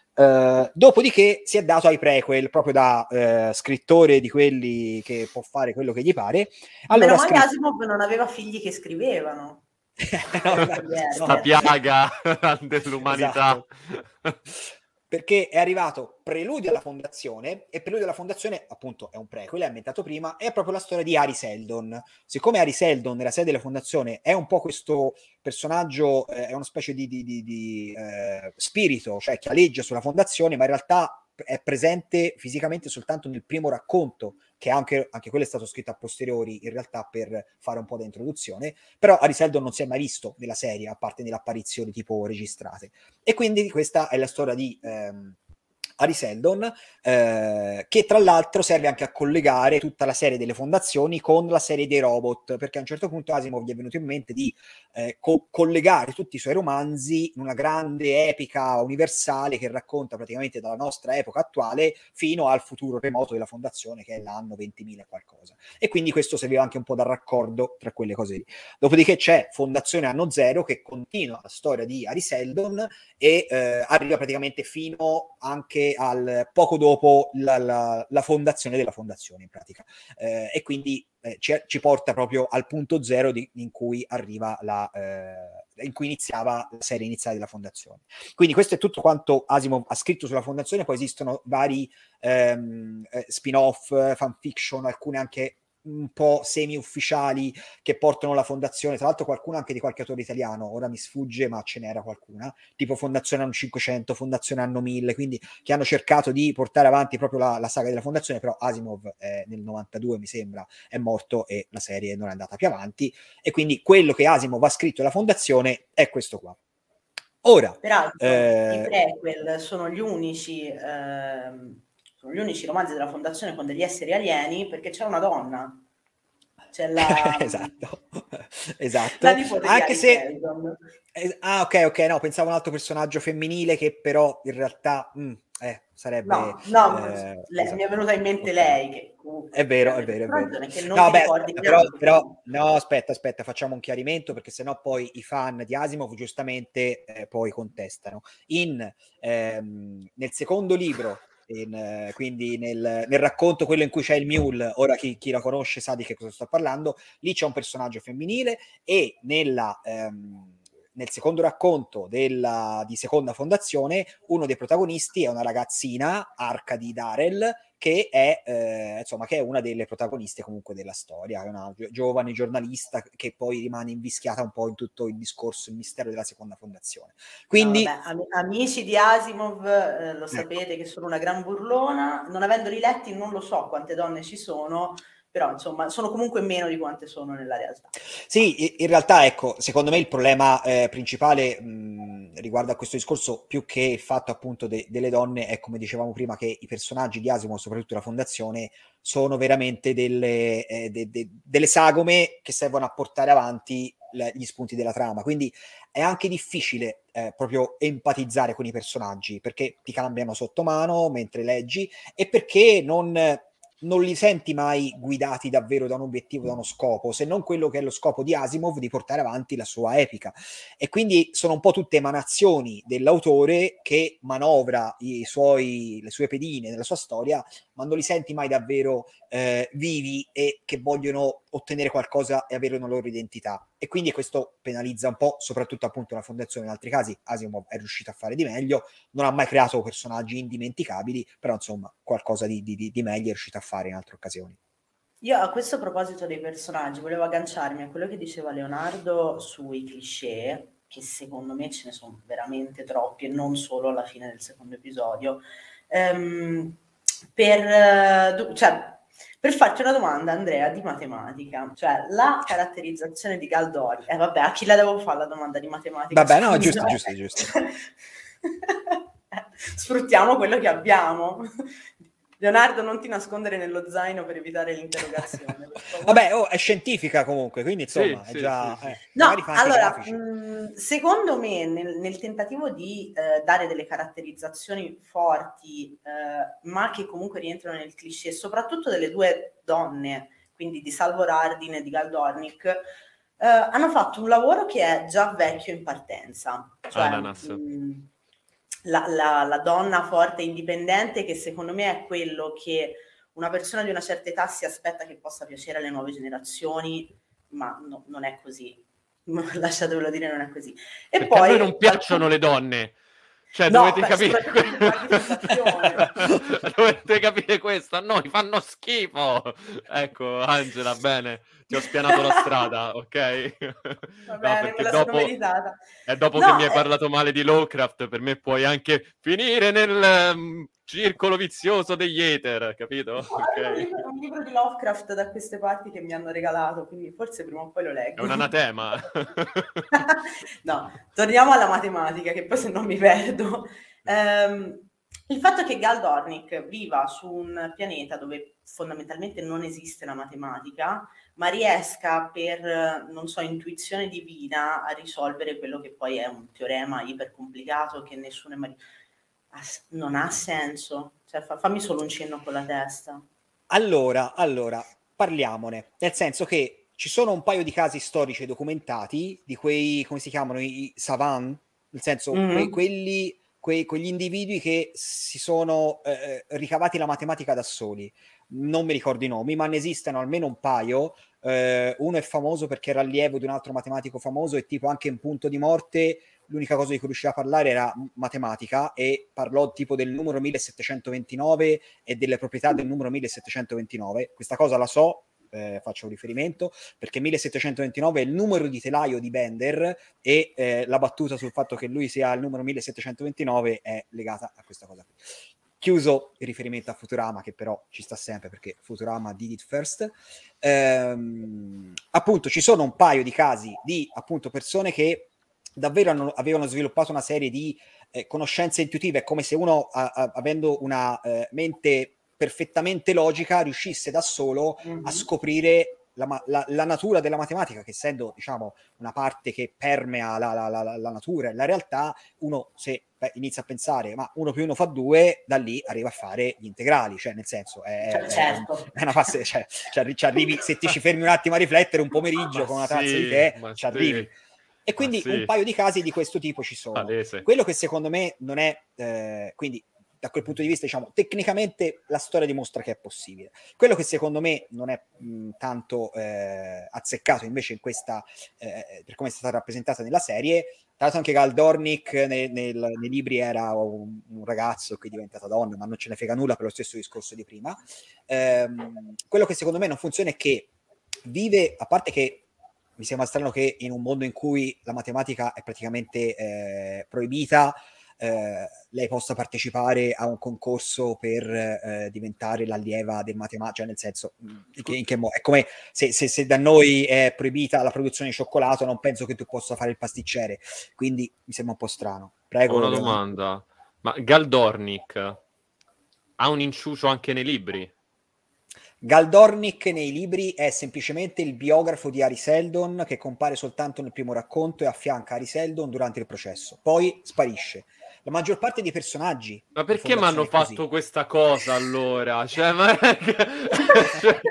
A: Uh, dopodiché si è dato ai prequel, proprio da uh, scrittore di quelli che può fare quello che gli pare.
B: Allora, meno male scritto... Asimov non aveva figli che scrivevano.
C: no, sta piaga dell'umanità.
A: Esatto. Perché è arrivato Preludio alla fondazione, e Preludio alla fondazione appunto è un prequel, è ambientato prima, è proprio la storia di Hari Seldon. Siccome Hari Seldon nella serie della fondazione è un po' questo personaggio, eh, è una specie di, di, di, di eh, spirito, cioè che aleggia sulla fondazione, ma in realtà è presente fisicamente soltanto nel primo racconto, che anche, anche quello è stato scritto a posteriori in realtà per fare un po' da introduzione, però Hari Seldon non si è mai visto nella serie, a parte nelle apparizioni tipo registrate, e quindi questa è la storia di ehm, Hari Seldon, eh, che tra l'altro serve anche a collegare tutta la serie delle fondazioni con la serie dei robot, perché a un certo punto Asimov gli è venuto in mente di eh, co- collegare tutti i suoi romanzi in una grande epica universale che racconta praticamente dalla nostra epoca attuale fino al futuro remoto della fondazione, che è l'anno ventimila e qualcosa, e quindi questo serviva anche un po' da raccordo tra quelle cose lì. Dopodiché c'è Fondazione Anno Zero, che continua la storia di Hari Seldon e eh, arriva praticamente fino anche al poco dopo la, la, la fondazione della fondazione in pratica, eh, e quindi eh, ci, ci porta proprio al punto zero di, in cui arriva la eh, in cui iniziava la serie iniziale della fondazione. Quindi questo è tutto quanto Asimov ha scritto sulla fondazione. Poi esistono vari ehm, eh, spin-off, fanfiction, alcune anche un po' semi-ufficiali che portano la fondazione, tra l'altro qualcuno anche di qualche autore italiano, ora mi sfugge ma ce n'era qualcuna, tipo Fondazione Anno cinquecento, Fondazione Anno mille, quindi che hanno cercato di portare avanti proprio la, la saga della fondazione, però Asimov eh, nel novantadue mi sembra è morto e la serie non è andata più avanti, e quindi quello che Asimov ha scritto alla fondazione è questo qua. Ora,
B: peraltro eh... i prequel sono gli unici ehm... sono gli unici romanzi della fondazione con degli esseri alieni, perché c'è una donna. C'è la...
A: esatto, esatto.
B: La nipote
A: anche
B: di
A: se... Eh, ah, ok, ok, no, pensavo a un altro personaggio femminile che però in realtà mh, eh, sarebbe...
B: No, no
A: eh,
B: lei,
A: esatto.
B: mi è venuta in mente
A: Okay.
B: lei, che comunque...
A: È vero, è vero, è vero.
B: Che non
A: no,
B: ti
A: beh,
B: ricordi
A: però,
B: neanche.
A: però, no, aspetta, aspetta, facciamo un chiarimento, perché sennò poi i fan di Asimov giustamente eh, poi contestano. In, ehm, nel secondo libro, in, eh, quindi nel, nel racconto, quello in cui c'è il Mule, ora chi, chi la conosce sa di che cosa sto parlando, lì c'è un personaggio femminile, e nella... Ehm, nel secondo racconto della, di Seconda Fondazione, uno dei protagonisti è una ragazzina, Arcady Darrell, che è, eh, insomma, che è una delle protagoniste comunque della storia, è una gi- giovane giornalista che poi rimane invischiata un po' in tutto il discorso, il mistero della Seconda Fondazione. Quindi,
B: no, vabbè, am- amici di Asimov, eh, lo sapete
A: ecco.
B: che sono una gran burlona, non avendoli letti non lo so quante donne ci sono, però insomma sono comunque meno di quante sono nella realtà.
A: Sì, in realtà ecco, secondo me il problema eh, principale mh, riguardo a questo discorso, più che il fatto appunto de- delle donne, è, come dicevamo prima, che i personaggi di Asimov, soprattutto la fondazione, sono veramente delle, eh, de- de- delle sagome che servono a portare avanti l- gli spunti della trama, quindi è anche difficile eh, proprio empatizzare con i personaggi, perché ti cambiano sotto mano mentre leggi, e perché non... non li senti mai guidati davvero da un obiettivo, da uno scopo, se non quello che è lo scopo di Asimov, di portare avanti la sua epica. E quindi sono un po' tutte emanazioni dell'autore che manovra i suoi, le sue pedine nella sua storia, ma non li senti mai davvero eh, vivi e che vogliono ottenere qualcosa e avere una loro identità. e quindi questo penalizza un po' soprattutto appunto la fondazione. In altri casi Asimov è riuscito a fare di meglio, non ha mai creato personaggi indimenticabili, però insomma qualcosa di, di, di meglio è riuscito a fare in altre occasioni.
B: Io a questo proposito dei personaggi volevo agganciarmi a quello che diceva Leonardo sui cliché, che secondo me ce ne sono veramente troppi e non solo alla fine del secondo episodio. Um, per, cioè, per farti una domanda, Andrea, di matematica, cioè la caratterizzazione di Galdori, eh vabbè, a chi la devo fare la domanda di matematica?
A: Vabbè, no, giusto, giusto, giusto.
B: Sfruttiamo quello che abbiamo. Leonardo, non ti nascondere nello zaino per evitare l'interrogazione.
A: Vabbè, oh, è scientifica comunque, quindi insomma,
C: sì,
A: è già...
C: Sì, sì.
A: Eh,
B: no, allora, mh, secondo me, nel, nel tentativo di eh, dare delle caratterizzazioni forti, eh, ma che comunque rientrano nel cliché, soprattutto delle due donne, quindi di Salvor Hardin e di Galdornik, eh, hanno fatto un lavoro che è già vecchio in partenza. Cioè,
C: Ananas.
B: Mh, La, la, la donna forte e indipendente, che secondo me è quello che una persona di una certa età si aspetta che possa piacere alle nuove generazioni, ma no, non è così. Lasciatevelo dire, non è così. E
C: Perché
B: poi
C: a noi non piacciono alcun... le donne. Cioè,
B: no,
C: dovete
B: beh,
C: capire dovete capire questo, a noi fanno schifo. Ecco, Angela, bene, ti ho spianato la strada, ok?
B: Va bene,
C: no,
B: me la
C: dopo,
B: sono meritata.
C: E dopo
B: no,
C: che mi hai
B: è...
C: parlato male di Lovecraft, per me puoi anche finire nel um, circolo vizioso degli Ether, capito?
B: No,
C: okay.
B: è un libro, un libro di Lovecraft da queste parti che mi hanno regalato, quindi forse prima o poi lo leggo.
C: È un anatema.
B: No, torniamo alla matematica, che poi se no mi perdo. Um, il fatto che Galdornik viva su un pianeta dove fondamentalmente non esiste la matematica, ma riesca per, non so, intuizione divina a risolvere quello che poi è un teorema ipercomplicato che nessuno è mai... non ha senso. Cioè, fa, fammi solo un cenno con la testa.
A: Allora, allora, parliamone. Nel senso che ci sono un paio di casi storici documentati di quei, come si chiamano, i savant, nel senso, mm-hmm. que- quelli, que- quegli individui che si sono eh, ricavati la matematica da soli. Non mi ricordo i nomi, ma ne esistono almeno un paio. Uh, uno è famoso perché era allievo di un altro matematico famoso e tipo anche in Punto di Morte l'unica cosa di cui riusciva a parlare era matematica e parlò tipo del numero millesettecentoventinove e delle proprietà del numero millesettecentoventinove. Questa cosa la so, eh, faccio un riferimento, perché millesettecentoventinove è il numero di telaio di Bender e eh, la battuta sul fatto che lui sia il numero millesettecentoventinove è legata a questa cosa qui. Chiuso il riferimento a Futurama, che però ci sta sempre perché Futurama did it first. Ehm, appunto ci sono un paio di casi di appunto persone che davvero hanno, avevano sviluppato una serie di eh, conoscenze intuitive, come se uno a, a, avendo una eh, mente perfettamente logica riuscisse da solo mm-hmm. a scoprire la, la, la natura della matematica, che essendo diciamo una parte che permea la, la, la, la natura e la realtà, uno se beh, inizia a pensare ma uno più uno fa due, da lì arriva a fare gli integrali, cioè nel senso è,
B: cioè, certo.
A: è, è una fase, cioè, ci arrivi, se ti ci fermi un attimo a riflettere un pomeriggio con una tazza sì, di tè ci sì. arrivi. E quindi sì. un paio di casi di questo tipo ci sono. Palese. Quello che secondo me non è, eh, quindi da quel punto di vista, diciamo, tecnicamente la storia dimostra che è possibile. Quello che secondo me non è mh, tanto eh, azzeccato invece in questa, eh, per come è stata rappresentata nella serie, tra l'altro anche Galdornik nel, nel, nei libri era un, un ragazzo che è diventata donna, ma non ce ne frega nulla per lo stesso discorso di prima. Ehm, quello che secondo me non funziona è che vive, a parte che mi sembra strano che in un mondo in cui la matematica è praticamente eh, proibita, eh, lei possa partecipare a un concorso per eh, diventare l'allieva del matematico, cioè nel senso, in che, in che modo? È come se, se, se da noi è proibita la produzione di cioccolato, non penso che tu possa fare il pasticcere, quindi mi sembra un po' strano. Prego.
C: Ho una domanda, ma Galdornik ha un inciucio anche nei libri?
A: Galdornik nei libri è semplicemente il biografo di Hari Seldon che compare soltanto nel primo racconto e affianca Hari Seldon durante il processo. Poi sparisce. La maggior parte dei personaggi...
C: Ma perché mi hanno fatto così. Questa cosa allora? Cioè, ma... cioè,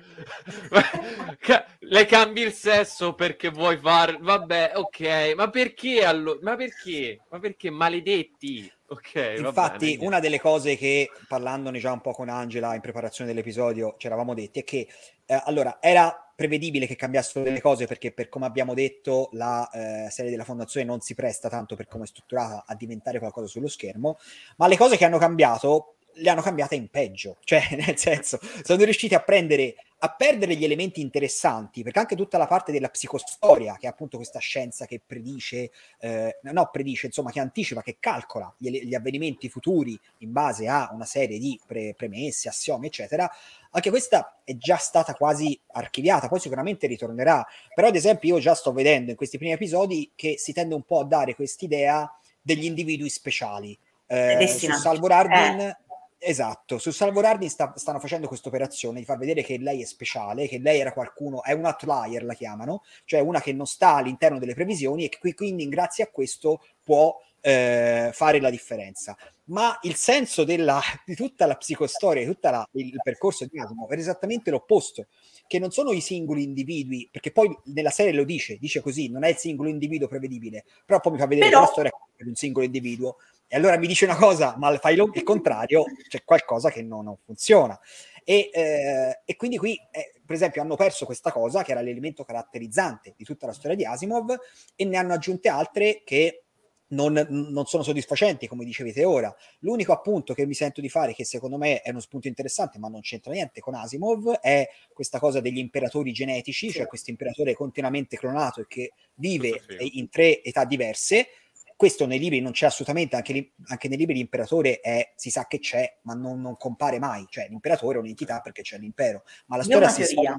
C: ma... le cambi il sesso perché vuoi far... Vabbè, ok, ma perché allora? Ma perché? Ma perché maledetti? Ok,
A: infatti
C: va bene,
A: una delle cose che, parlandone già un po' con Angela in preparazione dell'episodio, ci eravamo detti è che eh, allora era prevedibile che cambiassero delle cose, perché per come abbiamo detto la eh, serie della Fondazione non si presta tanto, per come è strutturata, a diventare qualcosa sullo schermo, ma le cose che hanno cambiato le hanno cambiate in peggio, cioè nel senso sono riusciti a prendere a perdere gli elementi interessanti, perché anche tutta la parte della psicostoria, che è appunto questa scienza che predice, eh, no predice, insomma che anticipa, che calcola gli, gli avvenimenti futuri in base a una serie di pre- premesse, assiomi, eccetera, anche questa è già stata quasi archiviata, poi sicuramente ritornerà, però ad esempio io già sto vedendo in questi primi episodi che si tende un po' a dare quest'idea degli individui speciali. Eh, su Salvo Rardin eh. Esatto, su Salvo Rardin sta, stanno facendo questa operazione di far vedere che lei è speciale, che lei era qualcuno, è un outlier la chiamano, cioè una che non sta all'interno delle previsioni e che quindi grazie a questo può eh, fare la differenza. Ma il senso della, di tutta la psicostoria, di tutto il percorso di Asimov è esattamente l'opposto, che non sono i singoli individui, perché poi nella serie lo dice, dice così, non è il singolo individuo prevedibile, però poi mi fa vedere Però... che la storia è di un singolo individuo, e allora mi dice una cosa, ma fai lo, il contrario, c'è qualcosa che non, non funziona. E, eh, e quindi qui, eh, per esempio, hanno perso questa cosa, che era l'elemento caratterizzante di tutta la storia di Asimov, e ne hanno aggiunte altre che non, non sono soddisfacenti, come dicevete ora. L'unico appunto che mi sento di fare, che secondo me è uno spunto interessante, ma non c'entra niente con Asimov, è questa cosa degli imperatori genetici, sì. Cioè questo imperatore continuamente clonato e che vive in tre età diverse. Questo nei libri non c'è assolutamente, anche, li, anche nei libri l'imperatore è, si sa che c'è, ma non, non compare mai, cioè l'imperatore è un'entità perché c'è l'impero, ma la
B: Io
A: storia si sa.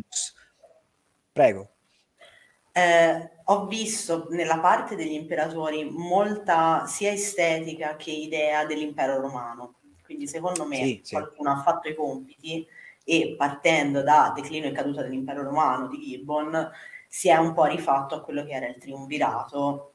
A: Prego.
B: Eh, ho visto nella parte degli imperatori molta sia estetica che idea dell'impero romano, quindi secondo me sì, qualcuno sì. ha fatto i compiti e partendo da Declino e caduta dell'impero romano di Gibbon si è un po' rifatto a quello che era il triumvirato.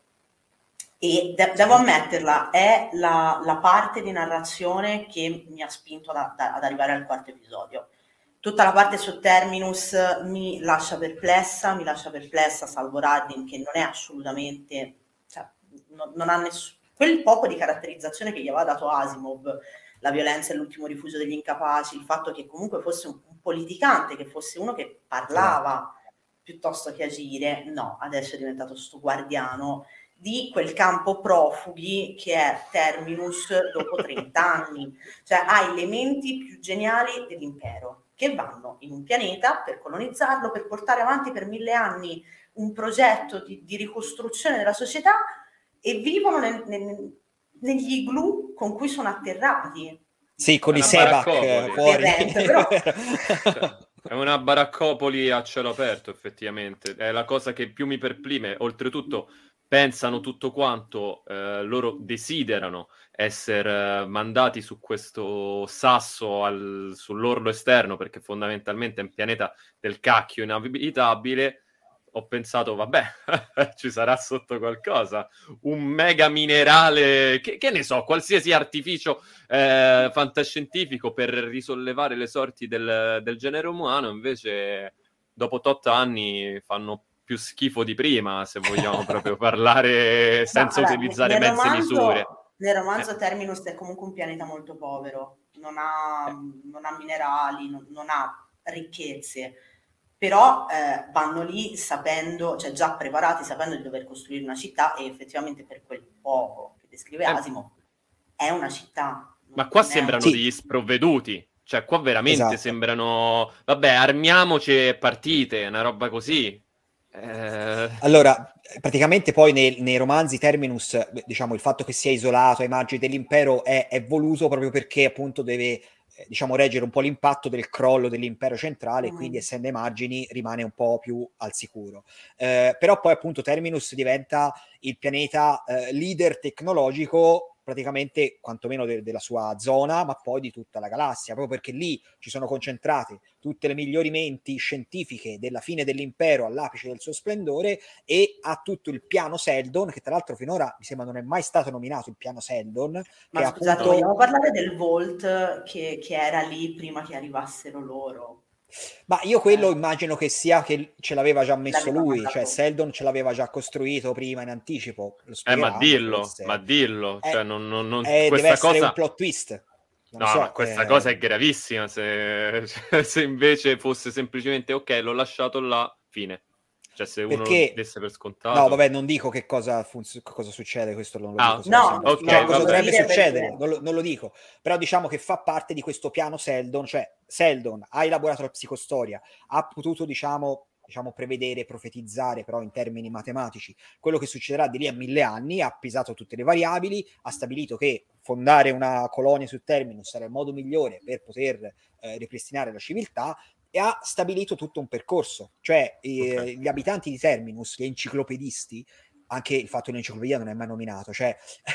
B: E de- devo ammetterla, è la, la parte di narrazione che mi ha spinto da, da, ad arrivare al quarto episodio. Tutta la parte su Terminus mi lascia perplessa, mi lascia perplessa Salvo Rardin, che non è assolutamente, cioè, no, non ha nessun, quel poco di caratterizzazione che gli aveva dato Asimov, la violenza è l'ultimo rifugio degli incapaci, il fatto che comunque fosse un, un politicante, che fosse uno che parlava sì. piuttosto che agire, no, adesso è diventato sto guardiano di quel campo profughi che è Terminus dopo trenta anni, cioè ha elementi più geniali dell'impero, che vanno in un pianeta per colonizzarlo, per portare avanti per mille anni un progetto di, di ricostruzione della società e vivono nel, nel, negli igloo con cui sono atterrati.
A: Sì, con i Sebak fuori.
B: Però...
C: cioè, è una baraccopoli a cielo aperto, effettivamente. È la cosa che più mi perplime. Oltretutto pensano tutto quanto, eh, loro desiderano essere mandati su questo sasso al, sull'orlo esterno, perché fondamentalmente è un pianeta del cacchio inabitabile. Ho pensato, vabbè, ci sarà sotto qualcosa, un mega minerale, che, che ne so, qualsiasi artificio eh, fantascientifico per risollevare le sorti del, del genere umano, invece dopo tot anni fanno più schifo di prima, se vogliamo proprio parlare senza no, allora, utilizzare mezze romanzo, misure.
B: Nel romanzo eh. Terminus è comunque un pianeta molto povero, non ha, eh. non ha minerali, non, non ha ricchezze, però eh, vanno lì sapendo, cioè già preparati, sapendo di dover costruire una città e effettivamente per quel poco che descrive eh. Asimo è una città.
C: Ma qua sembrano un... degli sprovveduti. Cioè, qua veramente esatto. sembrano... Vabbè, armiamoci e partite, una roba così.
A: Eh... Allora, praticamente poi nei, nei romanzi Terminus, diciamo, il fatto che sia isolato ai margini dell'impero è, è voluto proprio perché appunto deve, eh, diciamo, reggere un po' l'impatto del crollo dell'impero centrale, mm. e quindi essendo ai margini rimane un po' più al sicuro. Eh, però poi appunto Terminus diventa il pianeta eh, leader tecnologico praticamente quantomeno de- della sua zona, ma poi di tutta la galassia, proprio perché lì ci sono concentrate tutte le migliori menti scientifiche della fine dell'impero all'apice del suo splendore, e ha tutto il piano Seldon, che tra l'altro finora mi sembra non è mai stato nominato il piano Seldon.
B: Ma
A: che
B: scusate,
A: appunto...
B: vogliamo parlare del Vault che, che era lì prima che arrivassero loro?
A: Ma io quello eh. immagino che sia che ce l'aveva già messo
B: L'aveva
A: lui,
B: mandato.
A: Cioè Seldon ce l'aveva già costruito prima in anticipo. Lo
C: eh, ma dillo,
A: forse.
C: ma dillo.
A: Eh,
C: cioè, non, non, non,
A: eh,
C: questa
A: deve essere
C: cosa...
A: un plot twist. Non
C: no,
A: so,
C: ma questa
A: eh...
C: cosa è gravissima. Se, se invece fosse semplicemente ok, l'ho lasciato là, fine. Cioè, se uno
A: Perché...
C: lo desse per scontato...
A: No, vabbè, non dico che cosa, funz- cosa succede, questo non lo
C: ah,
A: dico.
B: No,
C: ok,
A: cioè, cosa dovrebbe
B: perché...
A: succedere, non lo, non lo dico. Però diciamo che fa parte di questo piano Seldon, cioè Seldon ha elaborato la psicostoria, ha potuto, diciamo, diciamo prevedere, profetizzare, però in termini matematici, quello che succederà di lì a mille anni, ha pesato tutte le variabili, ha stabilito che fondare una colonia su Terminus era il modo migliore per poter eh, ripristinare la civiltà, e ha stabilito tutto un percorso, cioè eh, okay. gli abitanti di Terminus, gli enciclopedisti, anche il fatto che l'enciclopedia non è mai nominato, cioè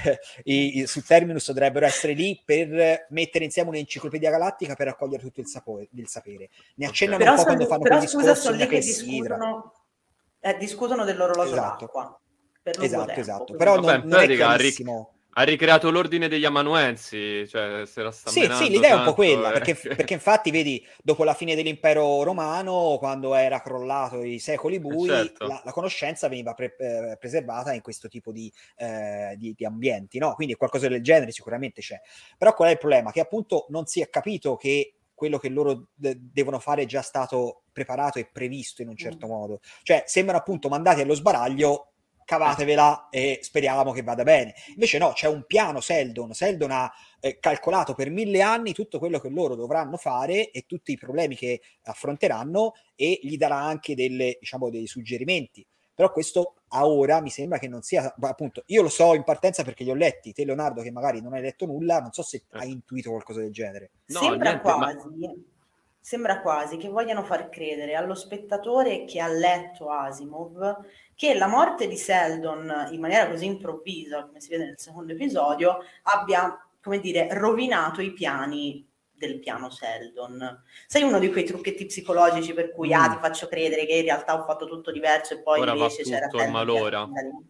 A: i, i, su Terminus dovrebbero essere lì per mettere insieme un'enciclopedia galattica per raccogliere tutto il, sapore, il sapere. Ne accennano
B: okay.
A: un po' quando fanno
B: però
A: quel
B: scusa,
A: discorso
B: sono lì che discutono, eh, discutono dell'orologio
A: esatto.
B: d'acqua per lungo
A: esatto,
B: tempo.
A: Esatto, però
C: Vabbè,
A: non, non è chiarissimo.
C: Ha ricreato l'ordine degli amanuensi, cioè se la sta
A: sì,
C: menando
A: sì, l'idea
C: tanto,
A: è un po' quella,
C: eh.
A: perché, perché infatti vedi, dopo la fine dell'impero romano, quando era crollato i secoli bui,
C: eh certo.
A: la, la conoscenza veniva pre- eh, preservata in questo tipo di, eh, di, di ambienti, no? Quindi qualcosa del genere sicuramente c'è. Però qual è il problema? Che appunto non si è capito che quello che loro de- devono fare è già stato preparato e previsto in un certo mm. modo. Cioè, sembrano appunto mandati allo sbaraglio, cavatevela e speriamo che vada bene. Invece no, c'è un piano Seldon. Seldon ha eh, calcolato per mille anni tutto quello che loro dovranno fare e tutti i problemi che affronteranno, e gli darà anche delle, diciamo, dei suggerimenti. Però questo a ora mi sembra che non sia, appunto, io lo so in partenza perché li ho letti. Te, Leonardo, che magari non hai letto nulla, non so se eh. hai intuito qualcosa del genere.
B: No, sembra niente, quasi ma... sembra quasi che vogliano far credere allo spettatore che ha letto Asimov che la morte di Seldon in maniera così improvvisa, come si vede nel secondo episodio, abbia, come dire, rovinato i piani del piano Seldon. Sei uno di quei trucchetti psicologici per cui mm. ah, ti faccio credere che in realtà ho fatto tutto diverso e poi
C: ora
B: invece
C: va
B: c'era
C: tutto malora.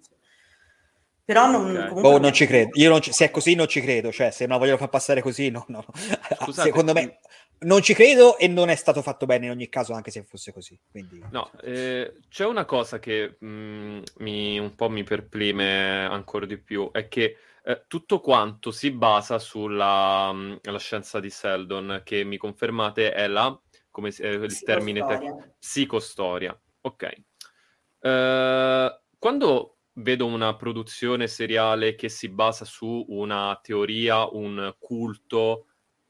B: Però non,
A: okay.
B: comunque
A: oh,
B: non,
A: non ci credo. Io non ci, se è così non ci credo, cioè se non voglio far passare così, no, no.
C: Scusate,
A: secondo me non ci credo e non è stato fatto bene in ogni caso, anche se fosse così. Quindi...
C: No, eh, c'è una cosa che mh, mi, un po' mi perplime ancora di più, è che eh, tutto quanto si basa sulla mh, la scienza di Seldon, che mi confermate è la, come eh, il termine te- psicostoria. Ok. Uh, quando vedo una produzione seriale che si basa su una teoria, un culto,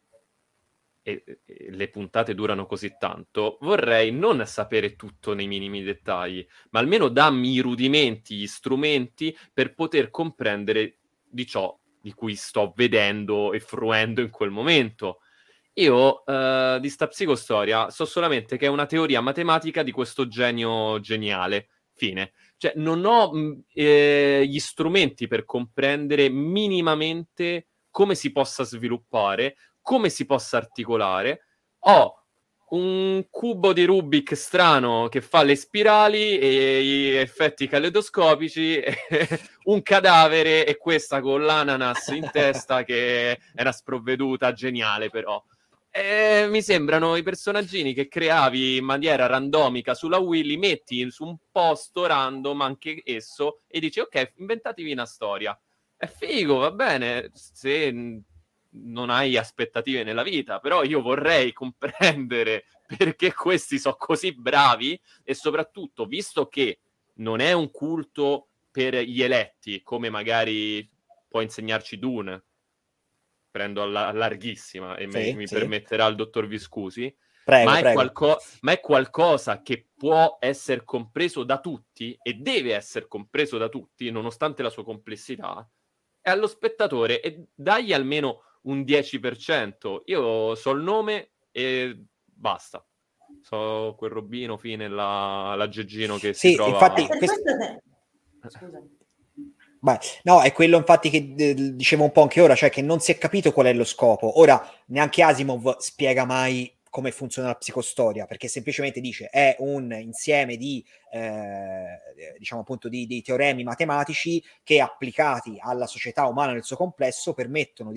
C: e, e le puntate durano così tanto, vorrei non sapere tutto nei minimi dettagli, ma almeno dammi i rudimenti, gli strumenti per poter comprendere di ciò di cui sto vedendo e fruendo in quel momento. Io uh, di sta psicostoria so solamente che è una teoria matematica di questo genio geniale. Fine. Cioè, non ho mh, eh, gli strumenti per comprendere minimamente come si possa sviluppare, come si possa articolare. Ho un cubo di Rubik strano che fa le spirali e gli effetti caleidoscopici, un cadavere e questa con l'ananas in testa che è una sprovveduta geniale però. Eh, mi sembrano i personaggini che creavi in maniera randomica sulla Wii, li metti su un posto random anche esso e dici ok, inventatevi una storia. È figo, va bene, se non hai aspettative nella vita, però io vorrei comprendere perché questi sono così bravi e soprattutto, visto che non è un culto per gli eletti, come magari può insegnarci Dune, prendo alla larghissima e sì, mi, mi sì. permetterà il dottor Viscusi,
A: prego,
C: ma, è
A: prego.
C: Qualco- ma è qualcosa che può essere compreso da tutti e deve essere compreso da tutti, nonostante la sua complessità, è allo spettatore e dagli almeno un dieci per cento. Io so il nome e basta. So quel Robino, fine, la, la Geggino che
A: sì,
C: si trova...
A: infatti, questo...
B: Scusa.
A: Beh, no, è quello infatti che eh, dicevo un po' anche ora, cioè che non si è capito qual è lo scopo. Ora, neanche Asimov spiega mai come funziona la psicostoria, perché semplicemente dice è un insieme di, eh, diciamo appunto, di, di teoremi matematici che applicati alla società umana nel suo complesso permettono di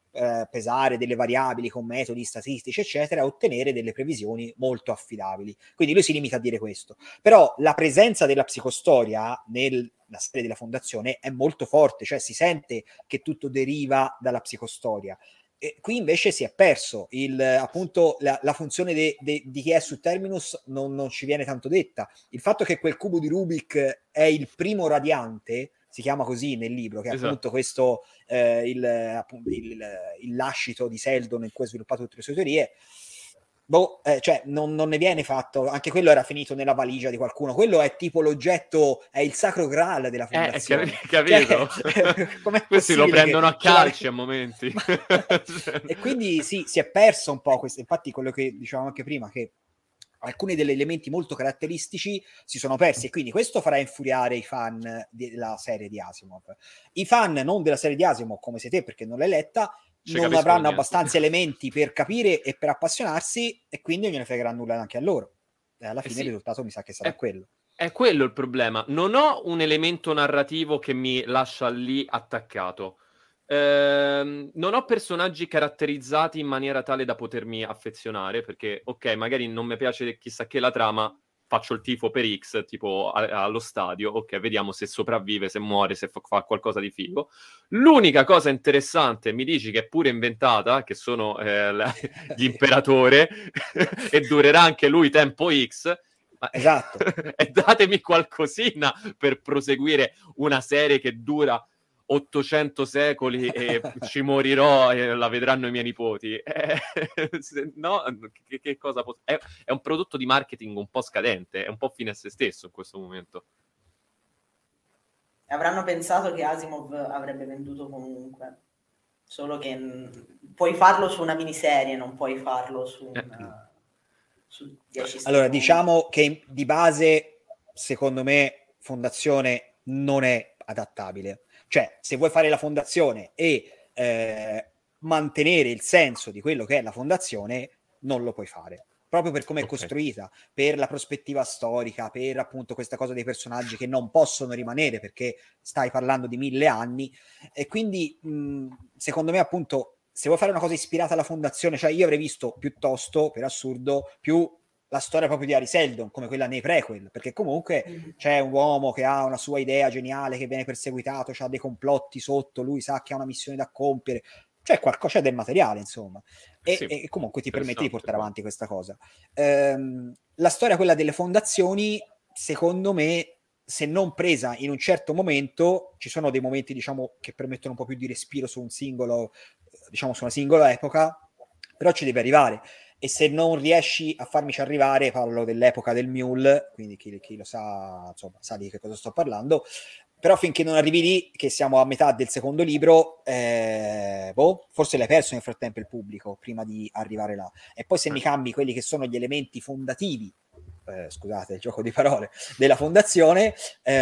A: eh, pesare delle variabili con metodi statistici, eccetera, e ottenere delle previsioni molto affidabili. Quindi lui si limita a dire questo. Però la presenza della psicostoria nella serie della Fondazione è molto forte, cioè si sente che tutto deriva dalla psicostoria. E qui invece si è perso il, appunto la, la funzione de, de, di chi è su Terminus non, non ci viene tanto detta. Il fatto che quel cubo di Rubik è il primo radiante, si chiama così nel libro, che è esatto. appunto questo eh, il, appunto, il, il lascito di Seldon in cui ha sviluppato tutte le sue teorie. Boh, eh, cioè non, non ne viene fatto, anche quello era finito nella valigia di qualcuno, quello è tipo l'oggetto, è il sacro graal della Fondazione.
C: Eh, capito?
A: Cioè,
C: questi lo prendono a calci a momenti.
A: E quindi sì, si è perso un po' questo, infatti quello che dicevamo anche prima, che alcuni degli elementi molto caratteristici si sono persi, e quindi questo farà infuriare i fan della serie di Asimov. I fan non della serie di Asimov, come sei te, perché non l'hai letta, Ci non avranno niente. abbastanza elementi per capire e per appassionarsi, e quindi non gliene fregherà nulla anche a loro. E alla fine eh sì. il risultato mi sa che sarà
C: è,
A: quello.
C: È quello il problema. Non ho un elemento narrativo che mi lascia lì attaccato. Ehm, non ho personaggi caratterizzati in maniera tale da potermi affezionare, perché, ok, magari non mi piace chissà che la trama, faccio il tifo per X, tipo a- allo stadio, ok, vediamo se sopravvive, se muore, se fa, fa qualcosa di figo. L'unica cosa interessante, mi dici che è pure inventata, che sono eh, la, gli imperatore, e durerà anche lui tempo X, ma
A: esatto.
C: E datemi qualcosina per proseguire una serie che dura ottocento secoli e ci morirò e la vedranno i miei nipoti. Eh, no, che, che cosa posso... È, è un prodotto di marketing un po' scadente, è un po' fine a se stesso in questo momento.
B: Avranno pensato che Asimov avrebbe venduto comunque, solo che mh, puoi farlo su una miniserie, non puoi farlo su una... Eh. Su dieci
A: allora, diciamo che di base, secondo me, Fondazione non è adattabile. Cioè, se vuoi fare la Fondazione e eh, mantenere il senso di quello che è la Fondazione, non lo puoi fare. Proprio per come è okay. costruita, per la prospettiva storica, per appunto questa cosa dei personaggi che non possono rimanere perché stai parlando di mille anni. E quindi, mh, secondo me, appunto, se vuoi fare una cosa ispirata alla Fondazione, cioè io avrei visto piuttosto, per assurdo, più la storia proprio di Hari Seldon, come quella nei prequel, perché comunque mm. c'è un uomo che ha una sua idea geniale, che viene perseguitato, c'ha dei complotti sotto, lui sa che ha una missione da compiere, c'è qualcosa, c'è del materiale, insomma, e, sì, e comunque ti permette di portare avanti questa cosa. Ehm, la storia, quella delle fondazioni, secondo me, se non presa in un certo momento, ci sono dei momenti, diciamo, che permettono un po' più di respiro su un singolo, diciamo, su una singola epoca, però ci deve arrivare. E se non riesci a farmici arrivare, parlo dell'epoca del Mule, quindi chi, chi lo sa, insomma, sa di che cosa sto parlando, però finché non arrivi lì, che siamo a metà del secondo libro, eh, boh, forse l'hai perso nel frattempo il pubblico, prima di arrivare là. E poi se mi cambi quelli che sono gli elementi fondativi, eh, scusate il gioco di parole, della Fondazione,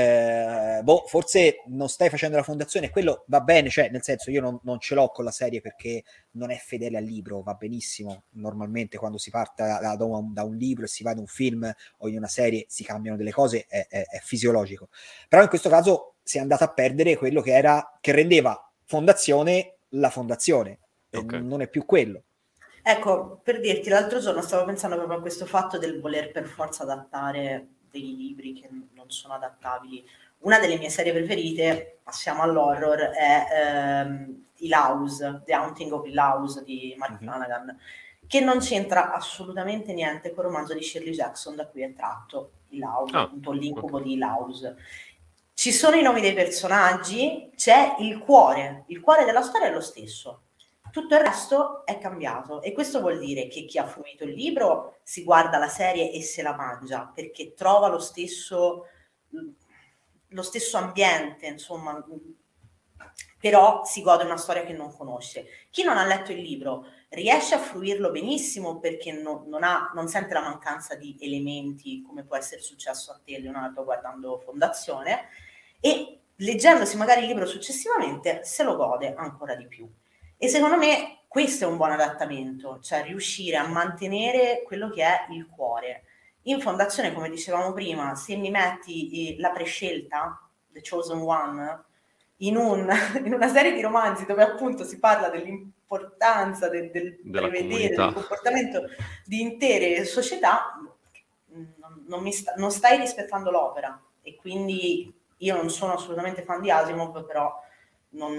A: eh, boh, forse non stai facendo la Fondazione, quello va bene, cioè nel senso io non, non ce l'ho con la serie perché non è fedele al libro, va benissimo, normalmente quando si parte da, da, un, da un libro e si va in un film o in una serie si cambiano delle cose, è, è, è fisiologico, però in questo caso si è andata a perdere quello che era, che rendeva Fondazione la Fondazione, okay. Non è più quello.
B: Ecco, per dirti, l'altro giorno stavo pensando proprio a questo fatto del voler per forza adattare dei libri che non sono adattabili. Una delle mie serie preferite, passiamo all'horror, è ehm, Hill House, The Haunting of Hill House di Mark mm-hmm. Flanagan, che non c'entra assolutamente niente con il romanzo di Shirley Jackson da cui è tratto Hill House, ah, appunto l'incubo okay. di Hill House. Ci sono i nomi dei personaggi, c'è il cuore, il cuore della storia è lo stesso. Tutto il resto è cambiato e questo vuol dire che chi ha fruito il libro si guarda la serie e se la mangia perché trova lo stesso, lo stesso ambiente, insomma, però si gode una storia che non conosce. Chi non ha letto il libro riesce a fruirlo benissimo perché no, non, ha, non sente la mancanza di elementi come può essere successo a te, Leonardo, guardando Fondazione, e leggendosi magari il libro successivamente se lo gode ancora di più. E secondo me questo è un buon adattamento, cioè riuscire a mantenere quello che è il cuore. In Fondazione, come dicevamo prima, se mi metti la prescelta, The Chosen One, in, un, in una serie di romanzi dove appunto si parla dell'importanza del, del prevedere, del comportamento di intere società, non, non, mi sta, non stai rispettando l'opera. E quindi io non sono assolutamente fan di Asimov, però non,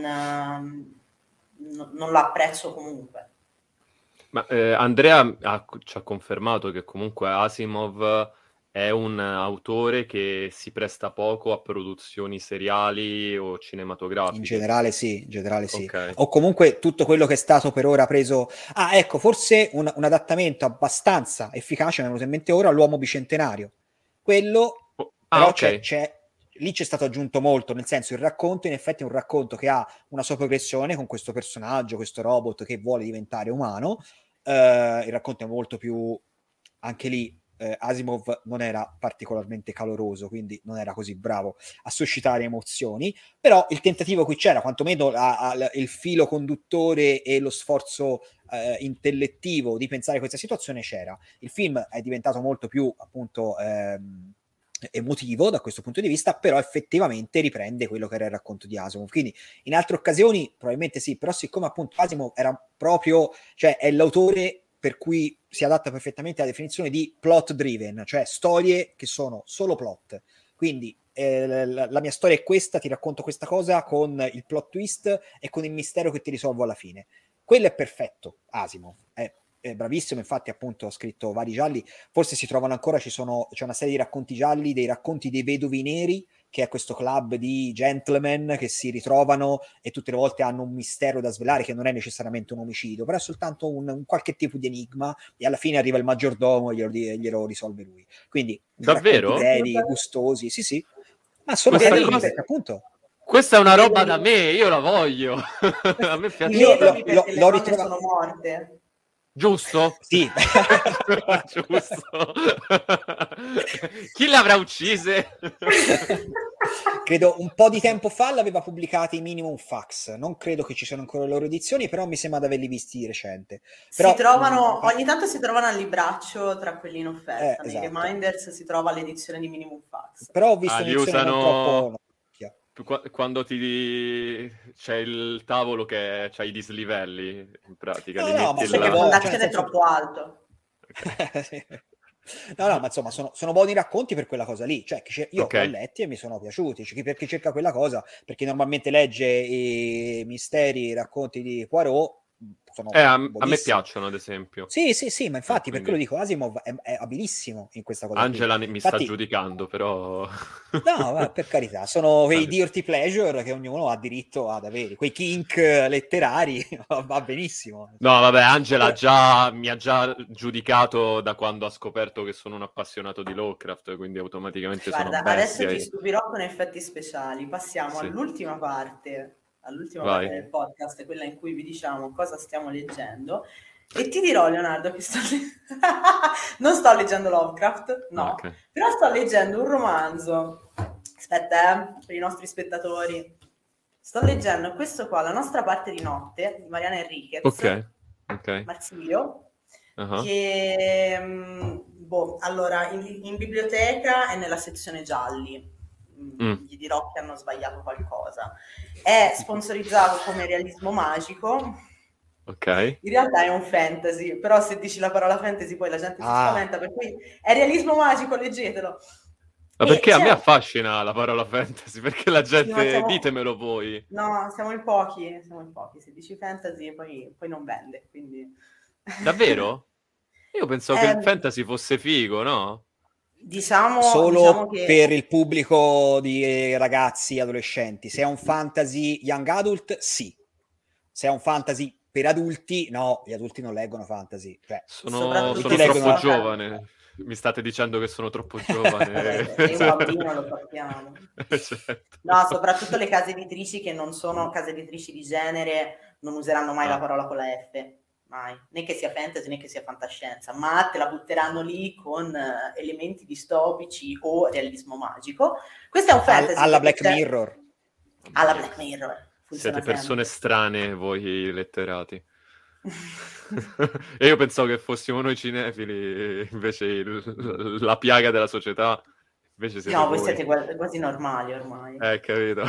B: non, non lo apprezzo comunque.
C: Ma eh, Andrea ha, ci ha confermato che comunque Asimov è un autore che si presta poco a produzioni seriali o cinematografiche.
A: In generale sì, in generale sì.
C: Okay.
A: O comunque tutto quello che è stato per ora preso... Ah, ecco, forse un, un adattamento abbastanza efficace, mi è venuto in mente ora, l'Uomo Bicentenario. Quello,
C: oh,
A: però
C: ah, okay.
A: c'è, c'è, lì c'è stato aggiunto molto, nel senso il racconto in effetti è un racconto che ha una sua progressione con questo personaggio, questo robot che vuole diventare umano. Uh, il racconto è molto più... Anche lì eh, Asimov non era particolarmente caloroso, quindi non era così bravo a suscitare emozioni, però il tentativo qui c'era, quantomeno la, la, il filo conduttore e lo sforzo eh, intellettivo di pensare questa situazione c'era. Il film è diventato molto più appunto ehm, emotivo da questo punto di vista, però effettivamente riprende quello che era il racconto di Asimov. Quindi in altre occasioni probabilmente sì, però siccome appunto Asimov era proprio, cioè è l'autore per cui si adatta perfettamente alla definizione di plot driven, cioè storie che sono solo plot. Quindi eh, la, la mia storia è questa, ti racconto questa cosa con il plot twist e con il mistero che ti risolvo alla fine. Quello è perfetto, Asimov, è, è bravissimo, infatti appunto ha scritto vari gialli, forse si trovano ancora, ci sono, c'è una serie di racconti gialli, dei racconti dei vedovi neri, che è questo club di gentleman che si ritrovano e tutte le volte hanno un mistero da svelare che non è necessariamente un omicidio, però è soltanto un, un qualche tipo di enigma e alla fine arriva il maggiordomo e glielo, glielo risolve lui. Quindi
C: davvero?
A: Brevi, gustosi, sì sì, ma sono carini cosa... perché appunto...
C: Questa è una roba da me, io la voglio. A me piace.
B: Io lo, lo, le l'ho ritrovato... sono morte.
C: Giusto?
A: Sì.
C: Giusto. Chi le avrà uccise?
A: Credo un po' di tempo fa l'aveva pubblicati Minimum Fax. Non credo che ci siano ancora le loro edizioni, però mi sembra di averli visti di recente. Però,
B: si trovano, mh, ogni tanto si trovano al libraccio tra quelli in offerta.
A: Eh,
B: Nei
A: esatto.
B: Reminders si trova l'edizione di Minimum Fax.
A: Però ho visto
C: ah,
A: un'edizione
C: usano...
A: non troppo...
C: Quando ti c'è il tavolo che c'ha i dislivelli in pratica,
A: no,
C: li
A: no,
C: metti
B: ma perché
C: la
B: fondazione cioè, è troppo alto.
A: sì. No, no, ma insomma sono, sono buoni racconti per quella cosa lì, cioè io okay. Ho letti e mi sono piaciuti, cioè, per chi cerca quella cosa, perché normalmente legge i misteri, i racconti di Poirot, sono
C: eh, a, a me piacciono ad esempio.
A: Sì, sì, sì, ma infatti
C: eh,
A: per quello dico Asimov è, è abilissimo in questa cosa.
C: Angela
A: qui.
C: mi
A: infatti,
C: sta giudicando, però...
A: no, ma per carità, sono quei dirty pleasure che ognuno ha diritto ad avere, quei kink letterari, va benissimo.
C: No, vabbè, Angela già mi ha già giudicato da quando ha scoperto che sono un appassionato di Lovecraft, quindi automaticamente
B: Guarda,
C: sono bestia.
B: adesso ti stupirò con effetti speciali. Passiamo sì. all'ultima parte, all'ultima Vai. parte del podcast, quella in cui vi diciamo cosa stiamo leggendo. E ti dirò, Leonardo, che sto le... non sto leggendo Lovecraft, no, okay. però sto leggendo un romanzo. Aspetta, eh, per i nostri spettatori. Sto leggendo questo qua, La nostra parte di notte, di Mariana Enriquez.
C: Ok, ok.
B: Marsilio, uh-huh. che, boh, allora, in, in biblioteca è nella sezione gialli. Mm. Gli dirò che hanno sbagliato qualcosa. È sponsorizzato come realismo magico.
C: Ok.
B: In realtà è un fantasy, però se dici la parola fantasy poi la gente ah. si spaventa, per cui è realismo magico, leggetelo.
C: Ma perché a me affascina la parola fantasy? Perché la gente,
B: sì, siamo...
C: ditemelo voi.
B: No, siamo in pochi, siamo in pochi. Se dici fantasy poi, poi non vende, quindi...
C: Davvero? Io pensavo eh, che il fantasy fosse figo, no?
B: Diciamo,
A: Solo
B: diciamo che...
A: per il pubblico di ragazzi, adolescenti. Se è un fantasy young adult, sì. Se è un fantasy per adulti, no, gli adulti non leggono fantasy. Cioè,
C: sono sono troppo giovane. Mi state dicendo che sono troppo giovane.
B: Sei un bambino, lo sappiamo. Certo. No, soprattutto le case editrici che non sono case editrici di genere non useranno mai ah. la parola con la F. Mai. Né che sia fantasy né che sia fantascienza, ma te la butteranno lì con uh, elementi distopici o realismo magico. Questo è un fantasy.
A: All- alla Black Mirror.
B: Alla Black Mirror.
C: Siete persone sempre. strane voi letterati. E io pensavo che fossimo noi cinefili, invece il, la piaga della società Invece siete
B: no,
C: voi
B: siete quasi, quasi normali ormai.
C: Eh, capito.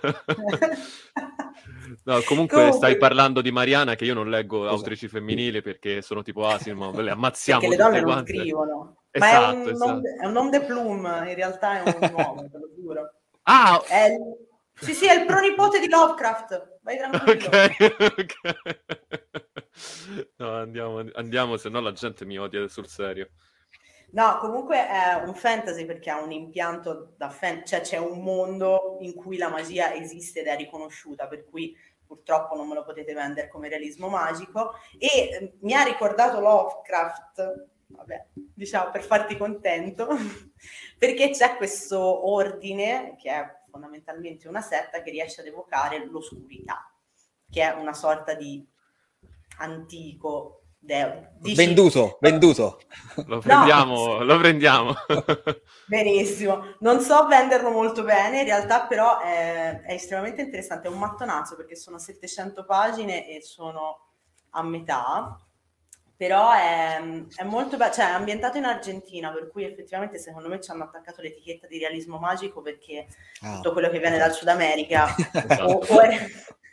C: No, comunque, comunque stai parlando di Mariana, che io non leggo esatto. autrici femminili perché sono tipo Asimov, le ammazziamo
B: perché le donne
C: tutte
B: non
C: quante.
B: scrivono.
C: Esatto,
B: ma è un,
C: esatto.
B: nom de, è un nom de plume, in realtà è un uomo, te lo giuro.
C: Ah!
B: È il, sì, sì, è il pronipote di Lovecraft. Vai tranquillo.
C: Ok, ok. No, andiamo, andiamo, se no la gente mi odia sul serio.
B: No, comunque è un fantasy perché ha un impianto da fan, cioè c'è un mondo in cui la magia esiste ed è riconosciuta, per cui purtroppo non me lo potete vendere come realismo magico. E eh, mi ha ricordato Lovecraft, vabbè, diciamo per farti contento, perché c'è questo ordine che è fondamentalmente una setta che riesce ad evocare l'oscurità, che è una sorta di antico deo. Dici,
A: venduto, venduto.
C: Lo prendiamo, no. lo prendiamo.
B: Benissimo. Non so venderlo molto bene, in realtà però è, è estremamente interessante. È un mattonazzo perché sono settecento pagine e sono a metà, però è, è molto bello, cioè è ambientato in Argentina, per cui effettivamente secondo me ci hanno attaccato l'etichetta di realismo magico perché ah, tutto quello che viene dal Sud America esatto. o, o è...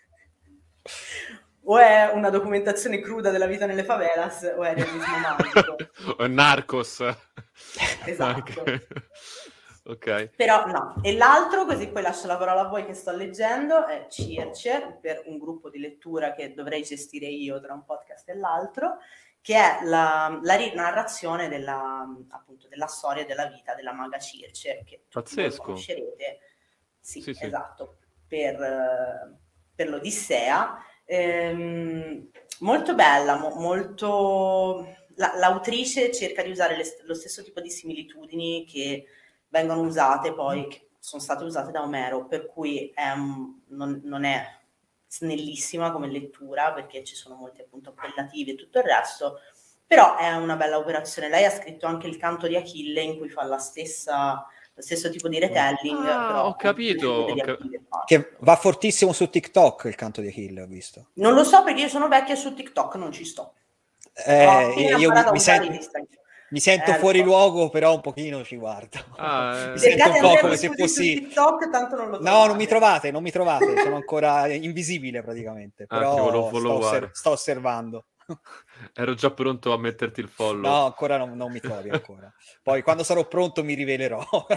B: o è una documentazione cruda della vita nelle favelas o è realismo magico.
C: O Narcos.
B: Esatto.
C: Ok.
B: Però no. E l'altro, così poi lascio la parola a voi che sto leggendo, è Circe, per un gruppo di lettura che dovrei gestire io tra un podcast e l'altro, che è la, la narrazione della, appunto, della storia della vita della maga Circe, che
C: Pazzesco.
B: voi conoscerete. Sì,
C: sì, sì.
B: esatto. Per, per l'Odissea. Ehm, molto bella, mo- molto la, l'autrice cerca di usare le, lo stesso tipo di similitudini che vengono usate poi, che sono state usate da Omero, per cui è un, non, non è snellissima come lettura perché ci sono molti appunto appellativi e tutto il resto, però è una bella operazione. Lei ha scritto anche il Canto di Achille in cui fa la stessa lo stesso tipo di retelling.
C: Ah,
B: però
C: ho capito, ho cap-
A: che va fortissimo su TikTok il Canto di Achille, ho visto.
B: Non lo so perché io sono vecchia su TikTok, non ci sto.
A: Eh, io mi, mi, sen- mi sento
B: eh,
A: fuori
B: so.
A: luogo, però un pochino ci guardo.
C: Ah,
A: mi sento un po' come se
B: su
A: fossi
B: TikTok, tanto non lo
A: no, trovate. non mi trovate, non mi trovate, sono ancora invisibile praticamente,
C: ah,
A: però sto, osser- sto osservando.
C: Ero già pronto a metterti il follow.
A: No, ancora non, non mi trovi ancora. Poi quando sarò pronto mi rivelerò.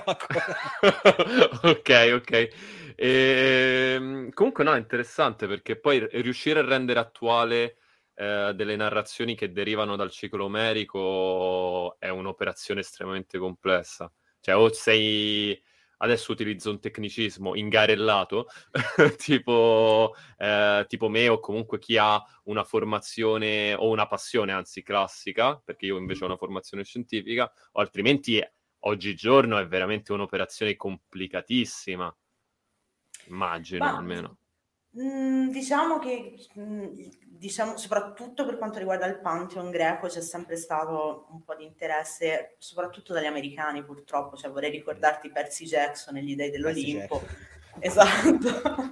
C: ok, ok. E, comunque no, è interessante perché poi riuscire a rendere attuale eh, delle narrazioni che derivano dal ciclo omerico è un'operazione estremamente complessa. Cioè o sei... Adesso utilizzo un tecnicismo ingarellato, tipo, eh, tipo me o comunque chi ha una formazione o una passione, anzi classica, perché io invece ho una formazione scientifica, o altrimenti oggigiorno è veramente un'operazione complicatissima, immagino Ma, almeno.
B: Mh, diciamo che, mh, diciamo, soprattutto per quanto riguarda il Pantheon greco c'è sempre stato un po' di interesse, soprattutto dagli americani purtroppo, cioè vorrei ricordarti Percy Jackson e gli dei dell'Olimpo. Esatto.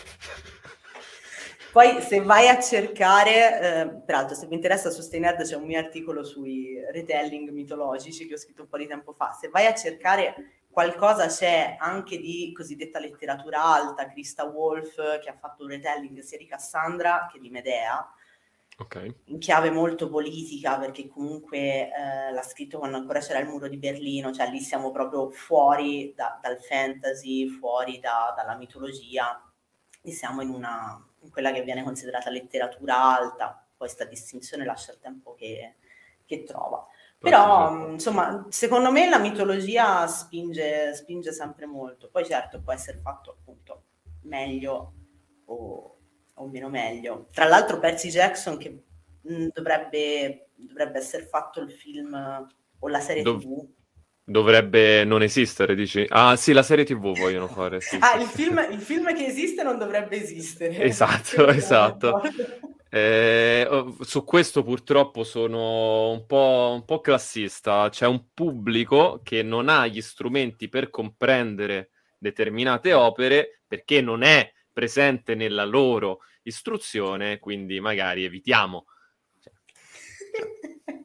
B: Poi se vai a cercare, eh, peraltro se vi interessa su Stay Nerd c'è un mio articolo sui retelling mitologici che ho scritto un po' di tempo fa, se vai a cercare qualcosa c'è anche di cosiddetta letteratura alta, Christa Wolf che ha fatto un retelling sia di Cassandra che di Medea,
C: okay.
B: in chiave molto politica perché comunque eh, l'ha scritto quando ancora c'era il muro di Berlino, cioè lì siamo proprio fuori da, dal fantasy, fuori da, dalla mitologia e siamo in una in quella che viene considerata letteratura alta, poi sta distinzione lascia il tempo che, che trova. Però, insomma, secondo me la mitologia spinge, spinge sempre molto. Poi certo può essere fatto appunto meglio o, o meno meglio. Tra l'altro Percy Jackson che mh, dovrebbe, dovrebbe essere fatto il film o la serie Dov- tivù.
C: Dovrebbe non esistere, dici? Ah sì, la serie tivù vogliono fare. Sì,
B: ah,
C: sì,
B: il,
C: sì,
B: film,
C: sì.
B: il film che esiste non dovrebbe esistere.
C: Esatto, esatto. Eh, su questo purtroppo sono un po', un po' classista. C'è un pubblico che non ha gli strumenti per comprendere determinate opere perché non è presente nella loro istruzione, quindi magari evitiamo. Cioè, cioè.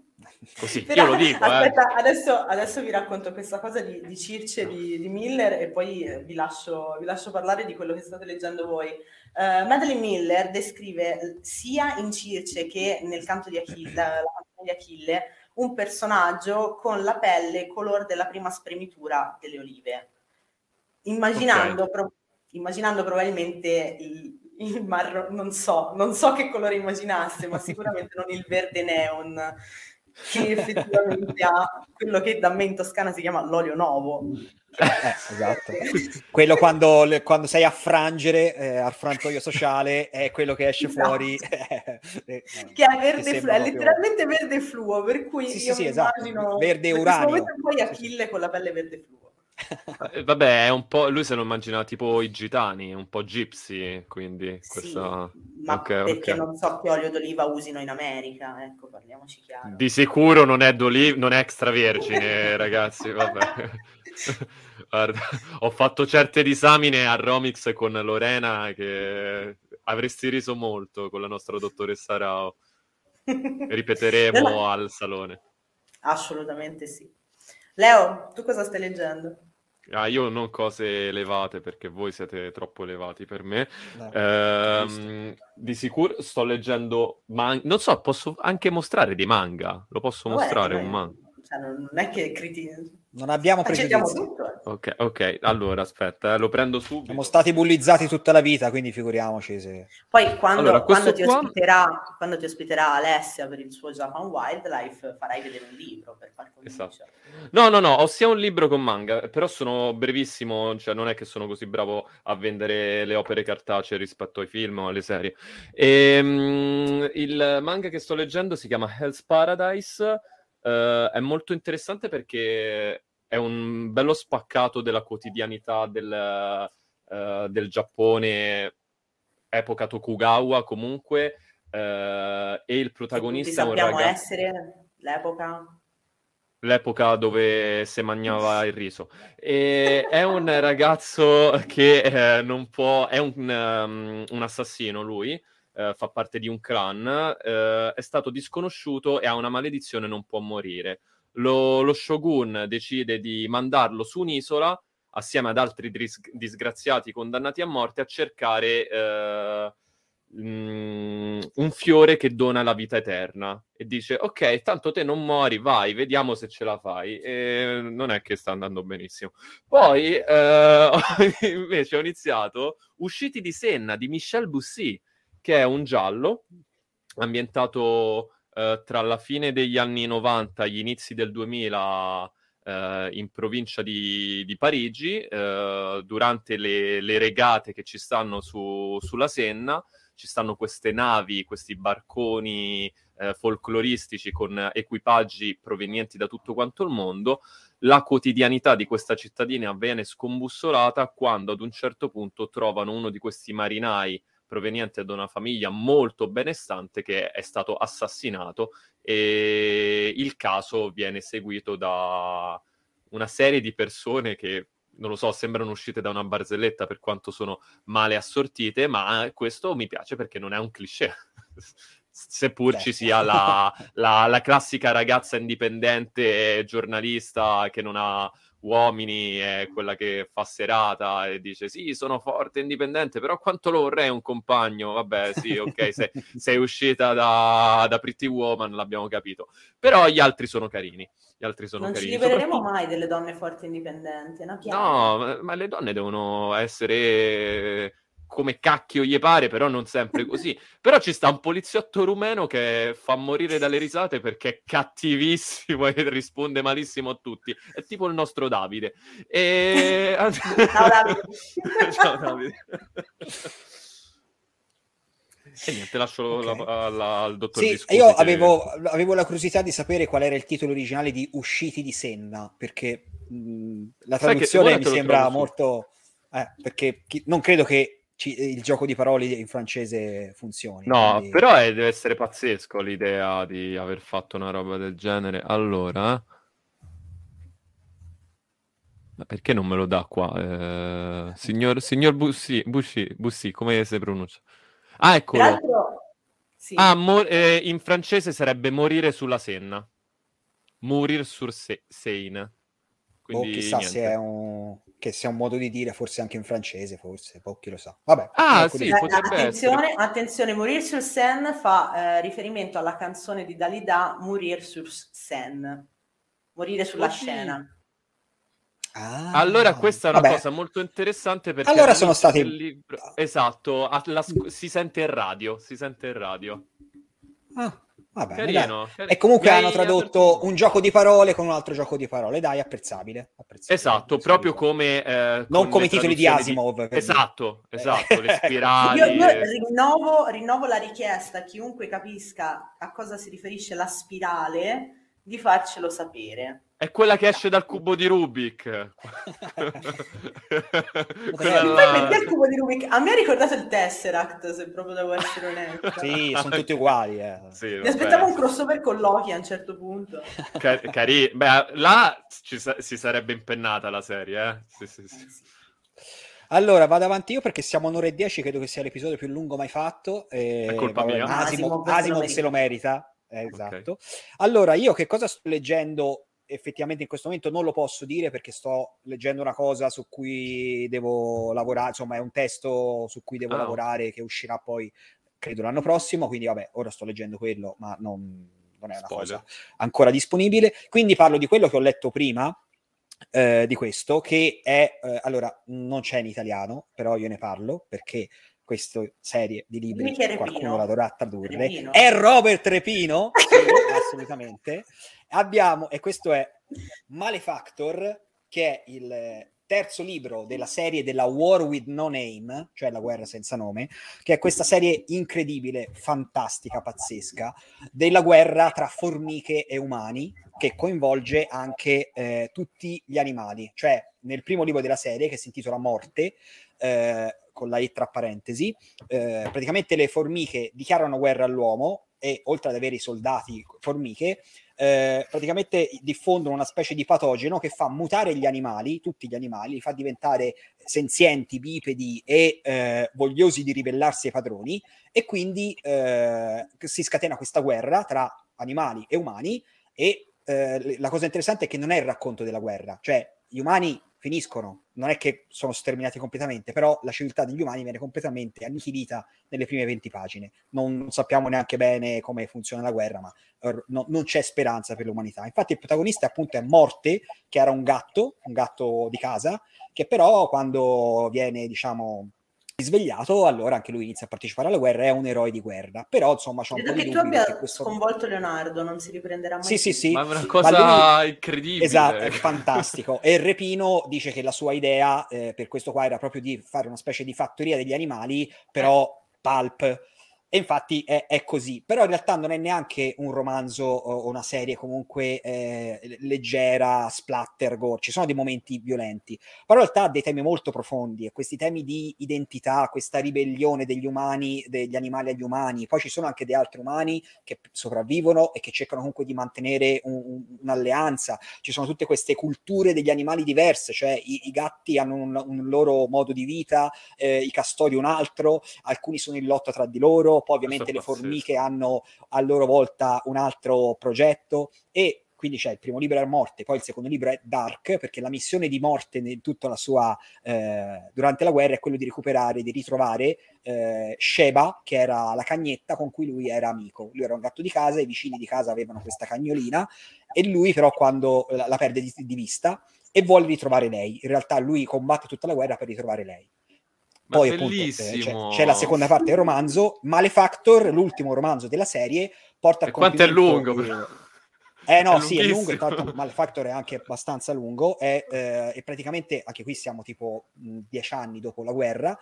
C: Così,
B: Però,
C: io lo dico.
B: Aspetta,
C: eh.
B: adesso, adesso vi racconto questa cosa di, di Circe, di, di Miller, e poi eh, vi, lascio, vi lascio parlare di quello che state leggendo voi. Uh, Madeline Miller descrive sia in Circe che nel canto di Achille, la, la canzone di Achille, un personaggio con la pelle color della prima spremitura delle olive, immaginando, okay. pro, immaginando probabilmente il, il marrone, non so, non so che colore immaginasse, ma sicuramente non il verde neon, che effettivamente ha quello che da me in Toscana si chiama l'olio novo.
A: Eh, esatto. Quello quando, quando sei a frangere eh, al frantoio sociale è quello che esce esatto. fuori eh,
B: eh, che è verde fluo, è letteralmente verde fluo, per cui
A: sì,
B: io
A: sì,
B: mi
A: sì,
B: immagino
A: esatto. Verde
B: in
A: uranio.
B: questo momento poi Achille sì, con la pelle verde fluo.
C: Eh, vabbè, è un po', lui se lo immagina tipo i gitani, un po' gypsy, quindi
B: sì,
C: questa...
B: ma
C: okay,
B: perché
C: okay.
B: non so che olio d'oliva usino in America, ecco, parliamoci chiaro.
C: Di sicuro non è d'oliva, non è extravergine, ragazzi, vabbè. Guarda, ho fatto certe disamine a Romix con Lorena che avresti riso molto con la nostra dottoressa Rao. Ripeteremo
B: Leo...
C: al salone.
B: Assolutamente sì. Leo, tu cosa stai leggendo?
C: Ah, io non cose elevate perché voi siete troppo elevati per me.
A: No,
C: ehm, di sicuro sto leggendo man- non so, posso anche mostrare dei manga. Lo posso
B: Ma
C: mostrare
B: guarda,
C: un manga?
B: Cioè, non è che critichi.
A: Non abbiamo pregiudizi.
B: Tutto, eh.
C: Ok, ok, allora aspetta, eh, lo prendo subito.
A: Siamo stati bullizzati tutta la vita, quindi figuriamoci se...
B: Poi quando,
C: allora,
B: quando, ti
C: qua...
B: ospiterà, quando ti ospiterà Alessia per il suo Japan Wildlife, farai vedere un libro per far convincere.
C: Esatto. No, no, no, ho sia un libro con manga, però sono brevissimo, cioè non è che sono così bravo a vendere le opere cartacee rispetto ai film o alle serie. E, um, il manga che sto leggendo si chiama Hell's Paradise, uh, è molto interessante perché è un bello spaccato della quotidianità del, uh, del Giappone, epoca Tokugawa comunque, uh, e il protagonista è un ragazzo...
B: sappiamo essere l'epoca...
C: L'epoca dove si mangiava il riso. E è un ragazzo che eh, non può... È un, um, un assassino, lui. Uh, fa parte di un clan. Uh, è stato disconosciuto e ha una maledizione, non può morire. Lo, lo shogun decide di mandarlo su un'isola assieme ad altri dis- disgraziati condannati a morte a cercare... Uh, un fiore che dona la vita eterna e dice ok, tanto te non muori, vai, vediamo se ce la fai. E non è che sta andando benissimo. Poi eh, invece ho iniziato Usciti di Senna di Michel Bussy, che è un giallo ambientato eh, tra la fine degli anni novanta e gli inizi del duemila eh, in provincia di, di Parigi, eh, durante le, le regate che ci stanno su, sulla Senna. Ci stanno queste navi, questi barconi eh, folcloristici con equipaggi provenienti da tutto quanto il mondo. La quotidianità di questa cittadina viene scombussolata quando ad un certo punto trovano uno di questi marinai proveniente da una famiglia molto benestante che è stato assassinato, e il caso viene seguito da una serie di persone che... non lo so, sembrano uscite da una barzelletta per quanto sono male assortite, ma questo mi piace perché non è un cliché. Seppur Beh. ci sia la, la, la classica ragazza indipendente giornalista che non ha uomini, è quella che fa serata e dice sì, sono forte e indipendente, però quanto lo vorrei un compagno. Vabbè, sì, ok, sei, sei uscita da, da Pretty Woman, l'abbiamo capito. Però gli altri sono carini. Gli altri sono
B: non
C: carini.
B: ci libereremo Soprattutto... mai delle donne forti e indipendenti, no?
C: No, ma le donne devono essere come cacchio gli pare, però non sempre così. Però ci sta un poliziotto rumeno che fa morire dalle risate perché è cattivissimo e risponde malissimo a tutti. È tipo il nostro Davide. E...
B: Ciao Davide.
C: Ciao Davide. E niente, lascio okay. la, la, al dottor
A: Sì,
C: Viscusi.
A: io
C: che...
A: avevo, avevo la curiosità di sapere qual era il titolo originale di Usciti di Senna, perché mh, la traduzione mi sembra molto... Eh, perché chi, non credo che ci, il gioco di parole in francese funzioni.
C: No,
A: quindi...
C: però è, deve essere pazzesco l'idea di aver fatto una roba del genere. Allora... Ma perché non me lo dà qua? Eh, signor, signor Bussi, Bussi, Bussi, come si pronuncia? Ah, eccolo.
B: Peraltro, sì.
C: Ah, mo- eh, in francese sarebbe morire sulla Senna. Mourir sur Seine. Quindi,
A: o chissà
C: niente.
A: se è un che sia un modo di dire, forse anche in francese, forse, poi chi lo sa. Vabbè.
C: Ah, sì, potrebbe
B: attenzione,
C: essere.
B: attenzione, Mourir sur Seine fa eh, riferimento alla canzone di Dalida, Mourir sur Seine, morire sulla
C: Oddio.
B: scena.
A: Ah,
C: allora questa è una
A: vabbè.
C: cosa molto interessante perché
A: allora sono stati
C: del libro... esatto, alla... si sente in radio, si sente in radio.
A: Ah. Va bene,
C: Carino,
A: dai.
C: carino.
A: E comunque
C: Mi
A: hanno
C: hai
A: tradotto un gioco di parole con un altro gioco di parole, dai, apprezzabile. apprezzabile
C: esatto, proprio come eh,
A: non come i
C: titoli
A: di Asimov.
C: Di... esatto,
A: dire.
C: esatto, le spirali.
B: Io, io rinnovo, rinnovo la richiesta a chiunque capisca a cosa si riferisce la spirale di farcelo sapere.
C: È quella che esce dal cubo di Rubik.
B: Quella là... Perché il cubo di Rubik? A me ha ricordato il Tesseract, se proprio devo essere onesto.
A: Sì, sono tutti uguali. Eh.
C: Sì,
B: mi aspettavo un crossover con Loki a un certo punto.
C: Car- cari- Beh, là ci sa- si sarebbe impennata la serie, eh? Sì, sì, sì.
A: Allora, vado avanti io perché siamo un'ora e dieci, credo che sia l'episodio più lungo mai fatto. E...
C: È colpa
A: vabbè,
C: mia.
A: Asimov,
B: Asimov,
A: Asimov se lo merita. Eh, esatto. Okay. Allora, io che cosa sto leggendo? Effettivamente in questo momento non lo posso dire perché sto leggendo una cosa su cui devo lavorare, insomma è un testo su cui devo oh. lavorare che uscirà poi credo l'anno prossimo, quindi vabbè, ora sto leggendo quello, ma non, non è una Spoiler. cosa ancora disponibile, quindi parlo di quello che ho letto prima, eh, di questo, che è, eh, allora, non c'è in italiano, però io ne parlo perché questa serie di libri qualcuno la dovrà tradurre. Repino. È Robert Repino, sì, assolutamente. Abbiamo, e questo è Malefactor, che è il terzo libro della serie della War with No Name, cioè la guerra senza nome, che è questa serie incredibile, fantastica, pazzesca, della guerra tra formiche e umani, che coinvolge anche eh, tutti gli animali. Cioè, nel primo libro della serie, che si intitola Morte, eh, con la I tra parentesi, eh, praticamente le formiche dichiarano guerra all'uomo e, oltre ad avere i soldati formiche, Eh, praticamente diffondono una specie di patogeno che fa mutare gli animali, tutti gli animali, li fa diventare senzienti, bipedi e eh, vogliosi di ribellarsi ai padroni, e quindi eh, si scatena questa guerra tra animali e umani. E eh, la cosa interessante è che non è il racconto della guerra, cioè gli umani finiscono, non è che sono sterminati completamente, però la civiltà degli umani viene completamente annichilita nelle prime venti pagine. Non, non sappiamo neanche bene come funziona la guerra, ma uh, no, non c'è speranza per l'umanità. Infatti il protagonista appunto è Morte, che era un gatto, un gatto di casa, che però quando viene, diciamo, svegliato, allora anche lui inizia a partecipare alla guerra, è un eroe di guerra. Però insomma c'è un
B: Credo
A: po' di
B: che
A: dubbi
B: tu abbia
A: questo...
B: sconvolto Leonardo, non si riprenderà mai
A: sì,
B: più.
A: sì, sì.
C: Ma è una cosa lui... incredibile.
A: Esatto, è fantastico. E il Repino dice che la sua idea eh, per questo qua era proprio di fare una specie di fattoria degli animali, però pulp. E infatti è, è così, però in realtà non è neanche un romanzo o una serie comunque eh, leggera, splatter, gore. Ci sono dei momenti violenti, però in realtà ha dei temi molto profondi, e questi temi di identità, questa ribellione degli umani, degli animali agli umani. Poi ci sono anche degli altri umani che sopravvivono e che cercano comunque di mantenere un, un, un'alleanza. Ci sono tutte queste culture degli animali diverse, cioè i, i gatti hanno un, un loro modo di vita, eh, i castori un altro, alcuni sono in lotta tra di loro, poi ovviamente le formiche hanno a loro volta un altro progetto. E quindi c'è il primo libro è Morte, poi il secondo libro è Dark, perché la missione di Morte in tutta la sua eh, durante la guerra è quello di recuperare, di ritrovare eh, Sheba, che era la cagnetta con cui lui era amico. Lui era un gatto di casa, i vicini di casa avevano questa cagnolina, e lui però quando la, la perde di, di vista e vuole ritrovare lei. In realtà lui combatte tutta la guerra per ritrovare lei.
C: Ma
A: poi appunto eh, c'è, c'è la seconda parte del romanzo, Malefactor, l'ultimo romanzo della serie, porta a
C: e quanto è lungo?
A: Il... Eh no, è sì, è lungo, intanto Malefactor è anche abbastanza lungo, è, eh, e praticamente anche qui siamo tipo mh, dieci anni dopo la guerra,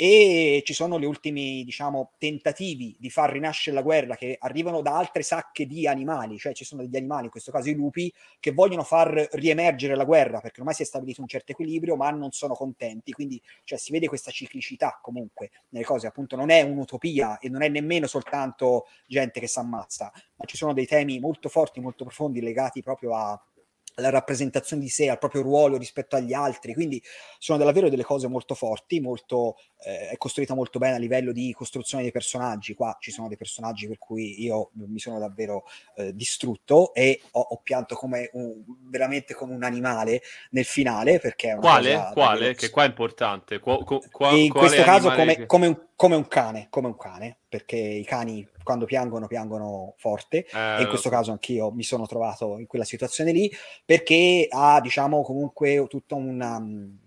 A: e ci sono gli ultimi, diciamo, tentativi di far rinascere la guerra che arrivano da altre sacche di animali, cioè ci sono degli animali, in questo caso i lupi, che vogliono far riemergere la guerra, perché ormai si è stabilito un certo equilibrio, ma non sono contenti, quindi cioè, si vede questa ciclicità comunque nelle cose, appunto non è un'utopia e non è nemmeno soltanto gente che si ammazza, ma ci sono dei temi molto forti, molto profondi legati proprio a alla rappresentazione di sé, al proprio ruolo rispetto agli altri, quindi sono davvero delle cose molto forti, molto, eh, è costruita molto bene a livello di costruzione dei personaggi. Qua ci sono dei personaggi per cui io mi sono davvero eh, distrutto e ho, ho pianto come un, veramente come un animale nel finale, perché è una
C: quale?
A: cosa
C: Quale?
A: davvero...
C: Che qua è importante. Qua, qua,
A: in questo caso come,
C: che...
A: come, un, come un cane, come un cane, perché i cani quando piangono piangono forte,
C: eh,
A: e in questo
C: so.
A: caso anch'io mi sono trovato in quella situazione lì, perché ha, diciamo, comunque tutta una,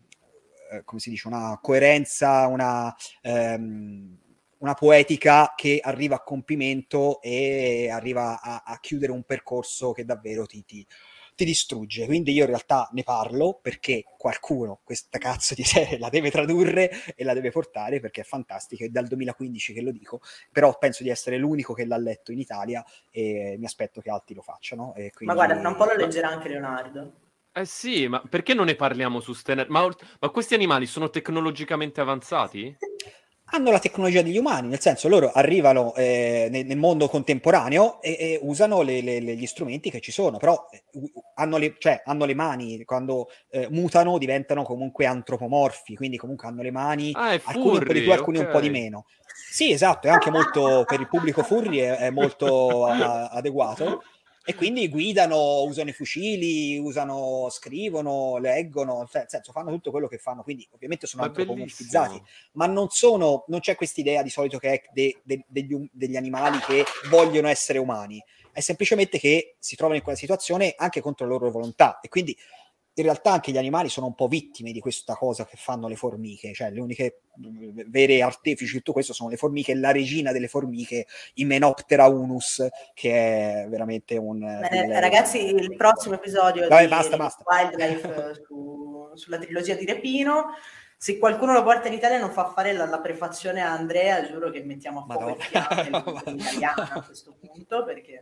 A: eh, come si dice, una coerenza, una, ehm, una poetica che arriva a compimento e arriva a, a chiudere un percorso che davvero ti, ti ti distrugge. Quindi io in realtà ne parlo perché qualcuno questa cazzo di serie la deve tradurre e la deve portare, perché è fantastica, è dal duemilaquindici che lo dico, però penso di essere l'unico che l'ha letto in Italia e mi aspetto che altri lo facciano. E quindi...
B: Ma guarda, tra un po' lo leggerà anche Leonardo.
C: Eh sì, ma perché non ne parliamo su Stener? Ma, ma questi animali sono tecnologicamente avanzati?
A: Hanno la tecnologia degli umani, nel senso loro arrivano eh, nel, nel mondo contemporaneo e, e usano le, le, gli strumenti che ci sono, però eh, hanno, le, cioè, hanno le mani, quando eh, mutano diventano comunque antropomorfi, quindi comunque hanno le mani,
C: ah, è
A: alcuni
C: furry,
A: un po' di più, alcuni
C: okay.
A: un po' di meno. Sì, esatto, è anche molto, per il pubblico furry è, è molto a, adeguato. E quindi guidano, usano i fucili, usano, scrivono, leggono, nel senso fanno tutto quello che fanno, quindi ovviamente sono
C: ma
A: antropomorfizzati, ma non sono, non c'è quest'idea di solito che è de, de, degli, degli animali che vogliono essere umani, è semplicemente che si trovano in quella situazione anche contro la loro volontà, e quindi in realtà anche gli animali sono un po' vittime di questa cosa che fanno le formiche, cioè le uniche vere artefici di tutto questo sono le formiche, la regina delle formiche, Hymenoptera unus, che è veramente un...
B: Bene, ragazzi, il prossimo episodio
A: Dai,
B: di,
A: basta,
B: di
A: basta.
B: Wildlife su, sulla trilogia di Repino, se qualcuno lo porta in Italia e non fa fare la, la prefazione a Andrea, giuro che mettiamo a fuoco il fiamme in italiano a questo punto, perché...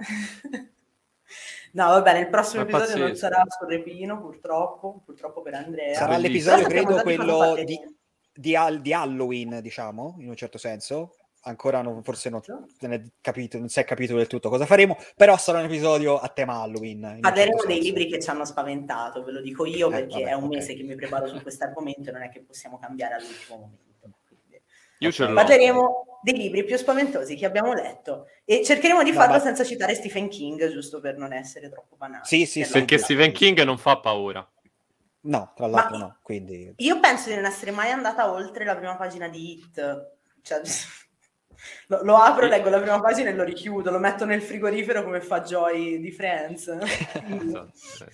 B: No, va bene, il prossimo
C: ma
B: episodio
C: pazzesco.
B: non sarà su Repino, purtroppo, purtroppo per Andrea.
A: Sarà l'episodio, credo, quello di, di, di Halloween, diciamo, in un certo senso. Ancora non, forse non, non, è capito, non si è capito del tutto cosa faremo, però sarà un episodio a tema Halloween.
B: Parleremo
A: certo
B: dei libri che ci hanno spaventato, ve lo dico io,
A: eh,
B: perché
A: vabbè,
B: è un
A: okay.
B: mese che mi preparo su questo argomento e non è che possiamo cambiare all'ultimo momento.
C: Io ce l'ho.
B: Parleremo dei libri più spaventosi che abbiamo letto e cercheremo di
A: no,
B: farlo
A: ma...
B: senza citare Stephen King, giusto per non essere troppo banali.
A: Sì, sì, sì,
C: perché
A: sì,
C: Stephen
A: sì.
C: King non fa paura.
A: No, tra l'altro
B: ma
A: no, quindi...
B: Io penso di non essere mai andata oltre la prima pagina di It. Cioè, lo, lo apro, leggo la prima pagina e lo richiudo, lo metto nel frigorifero come fa Joy di Friends.
C: Esatto.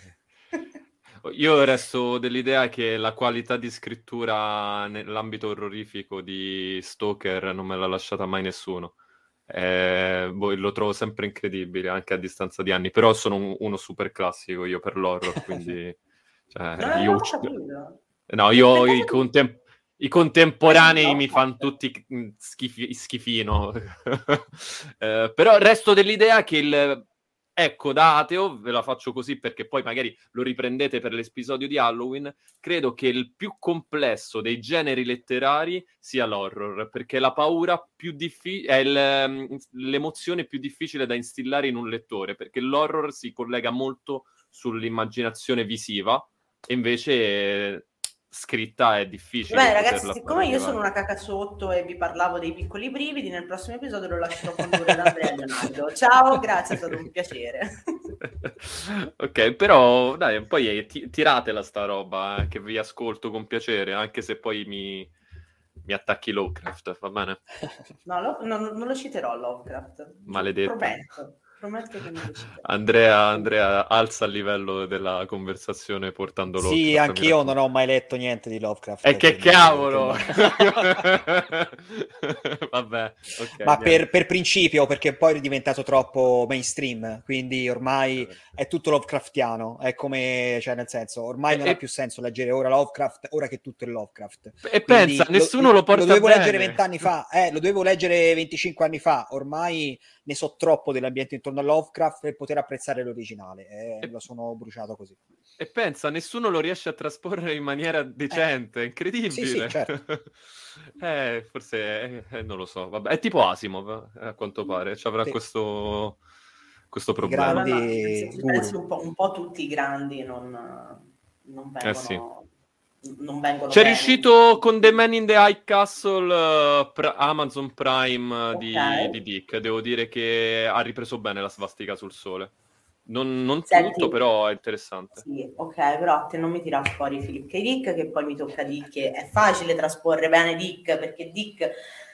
C: Io resto dell'idea che la qualità di scrittura nell'ambito orrorifico di Stoker non me l'ha lasciata mai nessuno. Eh, boh, lo trovo sempre incredibile, anche a distanza di anni. Però sono un, uno super classico io per l'horror, quindi... Cioè,
B: no,
C: io...
B: non ho capito.
C: No, io i, contem- i contemporanei mi fanno tutti schifi- schifino. eh, però resto dell'idea che il... Ecco, da ateo, ve la faccio così perché poi magari lo riprendete per l'episodio di Halloween, credo che il più complesso dei generi letterari sia l'horror, perché la paura più difficile è il, l'emozione più difficile da instillare in un lettore, perché l'horror si collega molto sull'immaginazione visiva, e invece scritta è difficile.
B: Beh, ragazzi, siccome io sono una caca sotto e vi parlavo dei piccoli brividi, nel prossimo episodio lo lascerò condurre da Andrea e Leonardo. Ciao, grazie, è stato un piacere.
C: Ok, però dai, poi t- tiratela sta roba, eh, che vi ascolto con piacere, anche se poi mi, mi attacchi Lovecraft, va bene?
B: No, lo, no, non lo citerò Lovecraft.
C: Maledetto.
B: Prometto. Prometto che non lo citerò.
C: Andrea, Andrea alza il livello della conversazione portando Lovecraft.
A: Sì, anch'io non ho mai letto niente di Lovecraft.
C: E che cavolo! Vabbè, okay,
A: ma per, per principio, perché poi è diventato troppo mainstream, quindi ormai è tutto Lovecraftiano, è come, cioè nel senso, ormai
C: e,
A: non
C: e...
A: ha più senso leggere ora Lovecraft, ora che tutto è Lovecraft.
C: E
A: quindi
C: pensa, nessuno lo, lo porta
A: Lo dovevo
C: bene.
A: leggere vent'anni fa, eh, lo dovevo leggere venticinque anni fa, ormai ne so troppo dell'ambiente intorno a Lovecraft per poter apprezzare l'originale, eh,
C: e...
A: lo sono bruciato così.
C: E pensa, nessuno lo riesce a trasporre in maniera decente,
A: eh.
C: è incredibile.
A: Sì, sì, certo.
C: eh, forse, eh, non lo so, vabbè, è tipo Asimov, a quanto pare, ci avrà
A: sì.
C: questo, questo problema.
A: Grandi
B: no, no, un, po', un po' tutti i grandi non, non vengono... Eh sì. Non vengono
C: C'è
B: bene.
C: riuscito con The Man in the High Castle, uh, pr- Amazon Prime
B: okay.
C: di, di Dick. Devo dire che ha ripreso bene la svastica sul sole. Non, non
B: Senti,
C: tutto, però è interessante.
B: Sì, ok, però te non mi tirare fuori Philip K. Dick, che poi mi tocca dire che è facile trasporre bene Dick, perché Dick...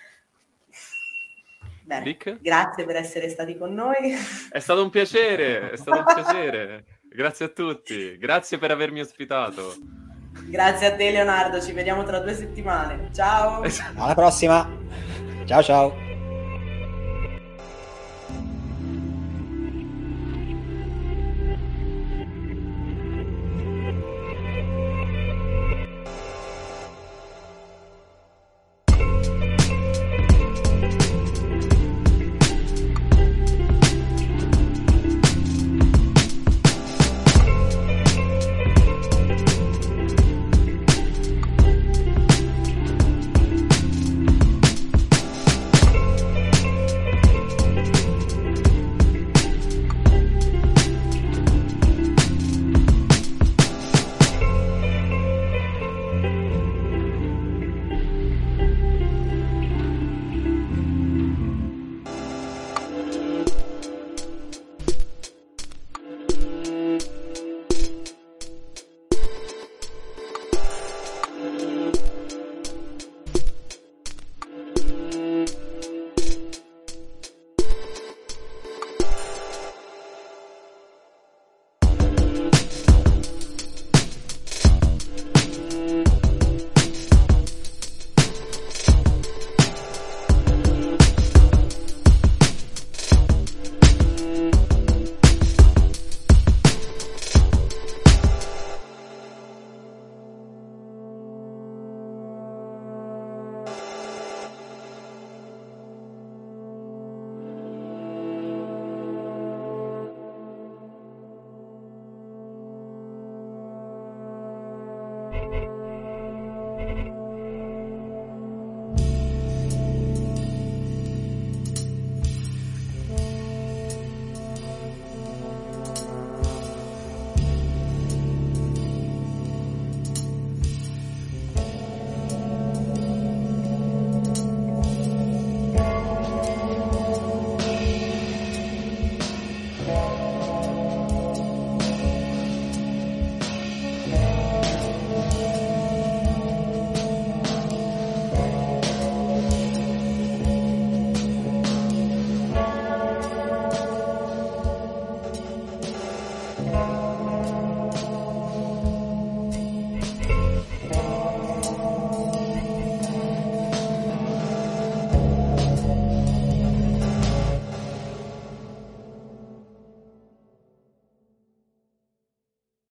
B: Bene,
C: Dick?
B: Grazie per essere stati con noi.
C: È stato un piacere, è stato un piacere. Grazie a tutti, grazie per avermi ospitato.
B: Grazie a te Leonardo, ci vediamo tra due settimane. Ciao.
A: Alla prossima. Ciao ciao.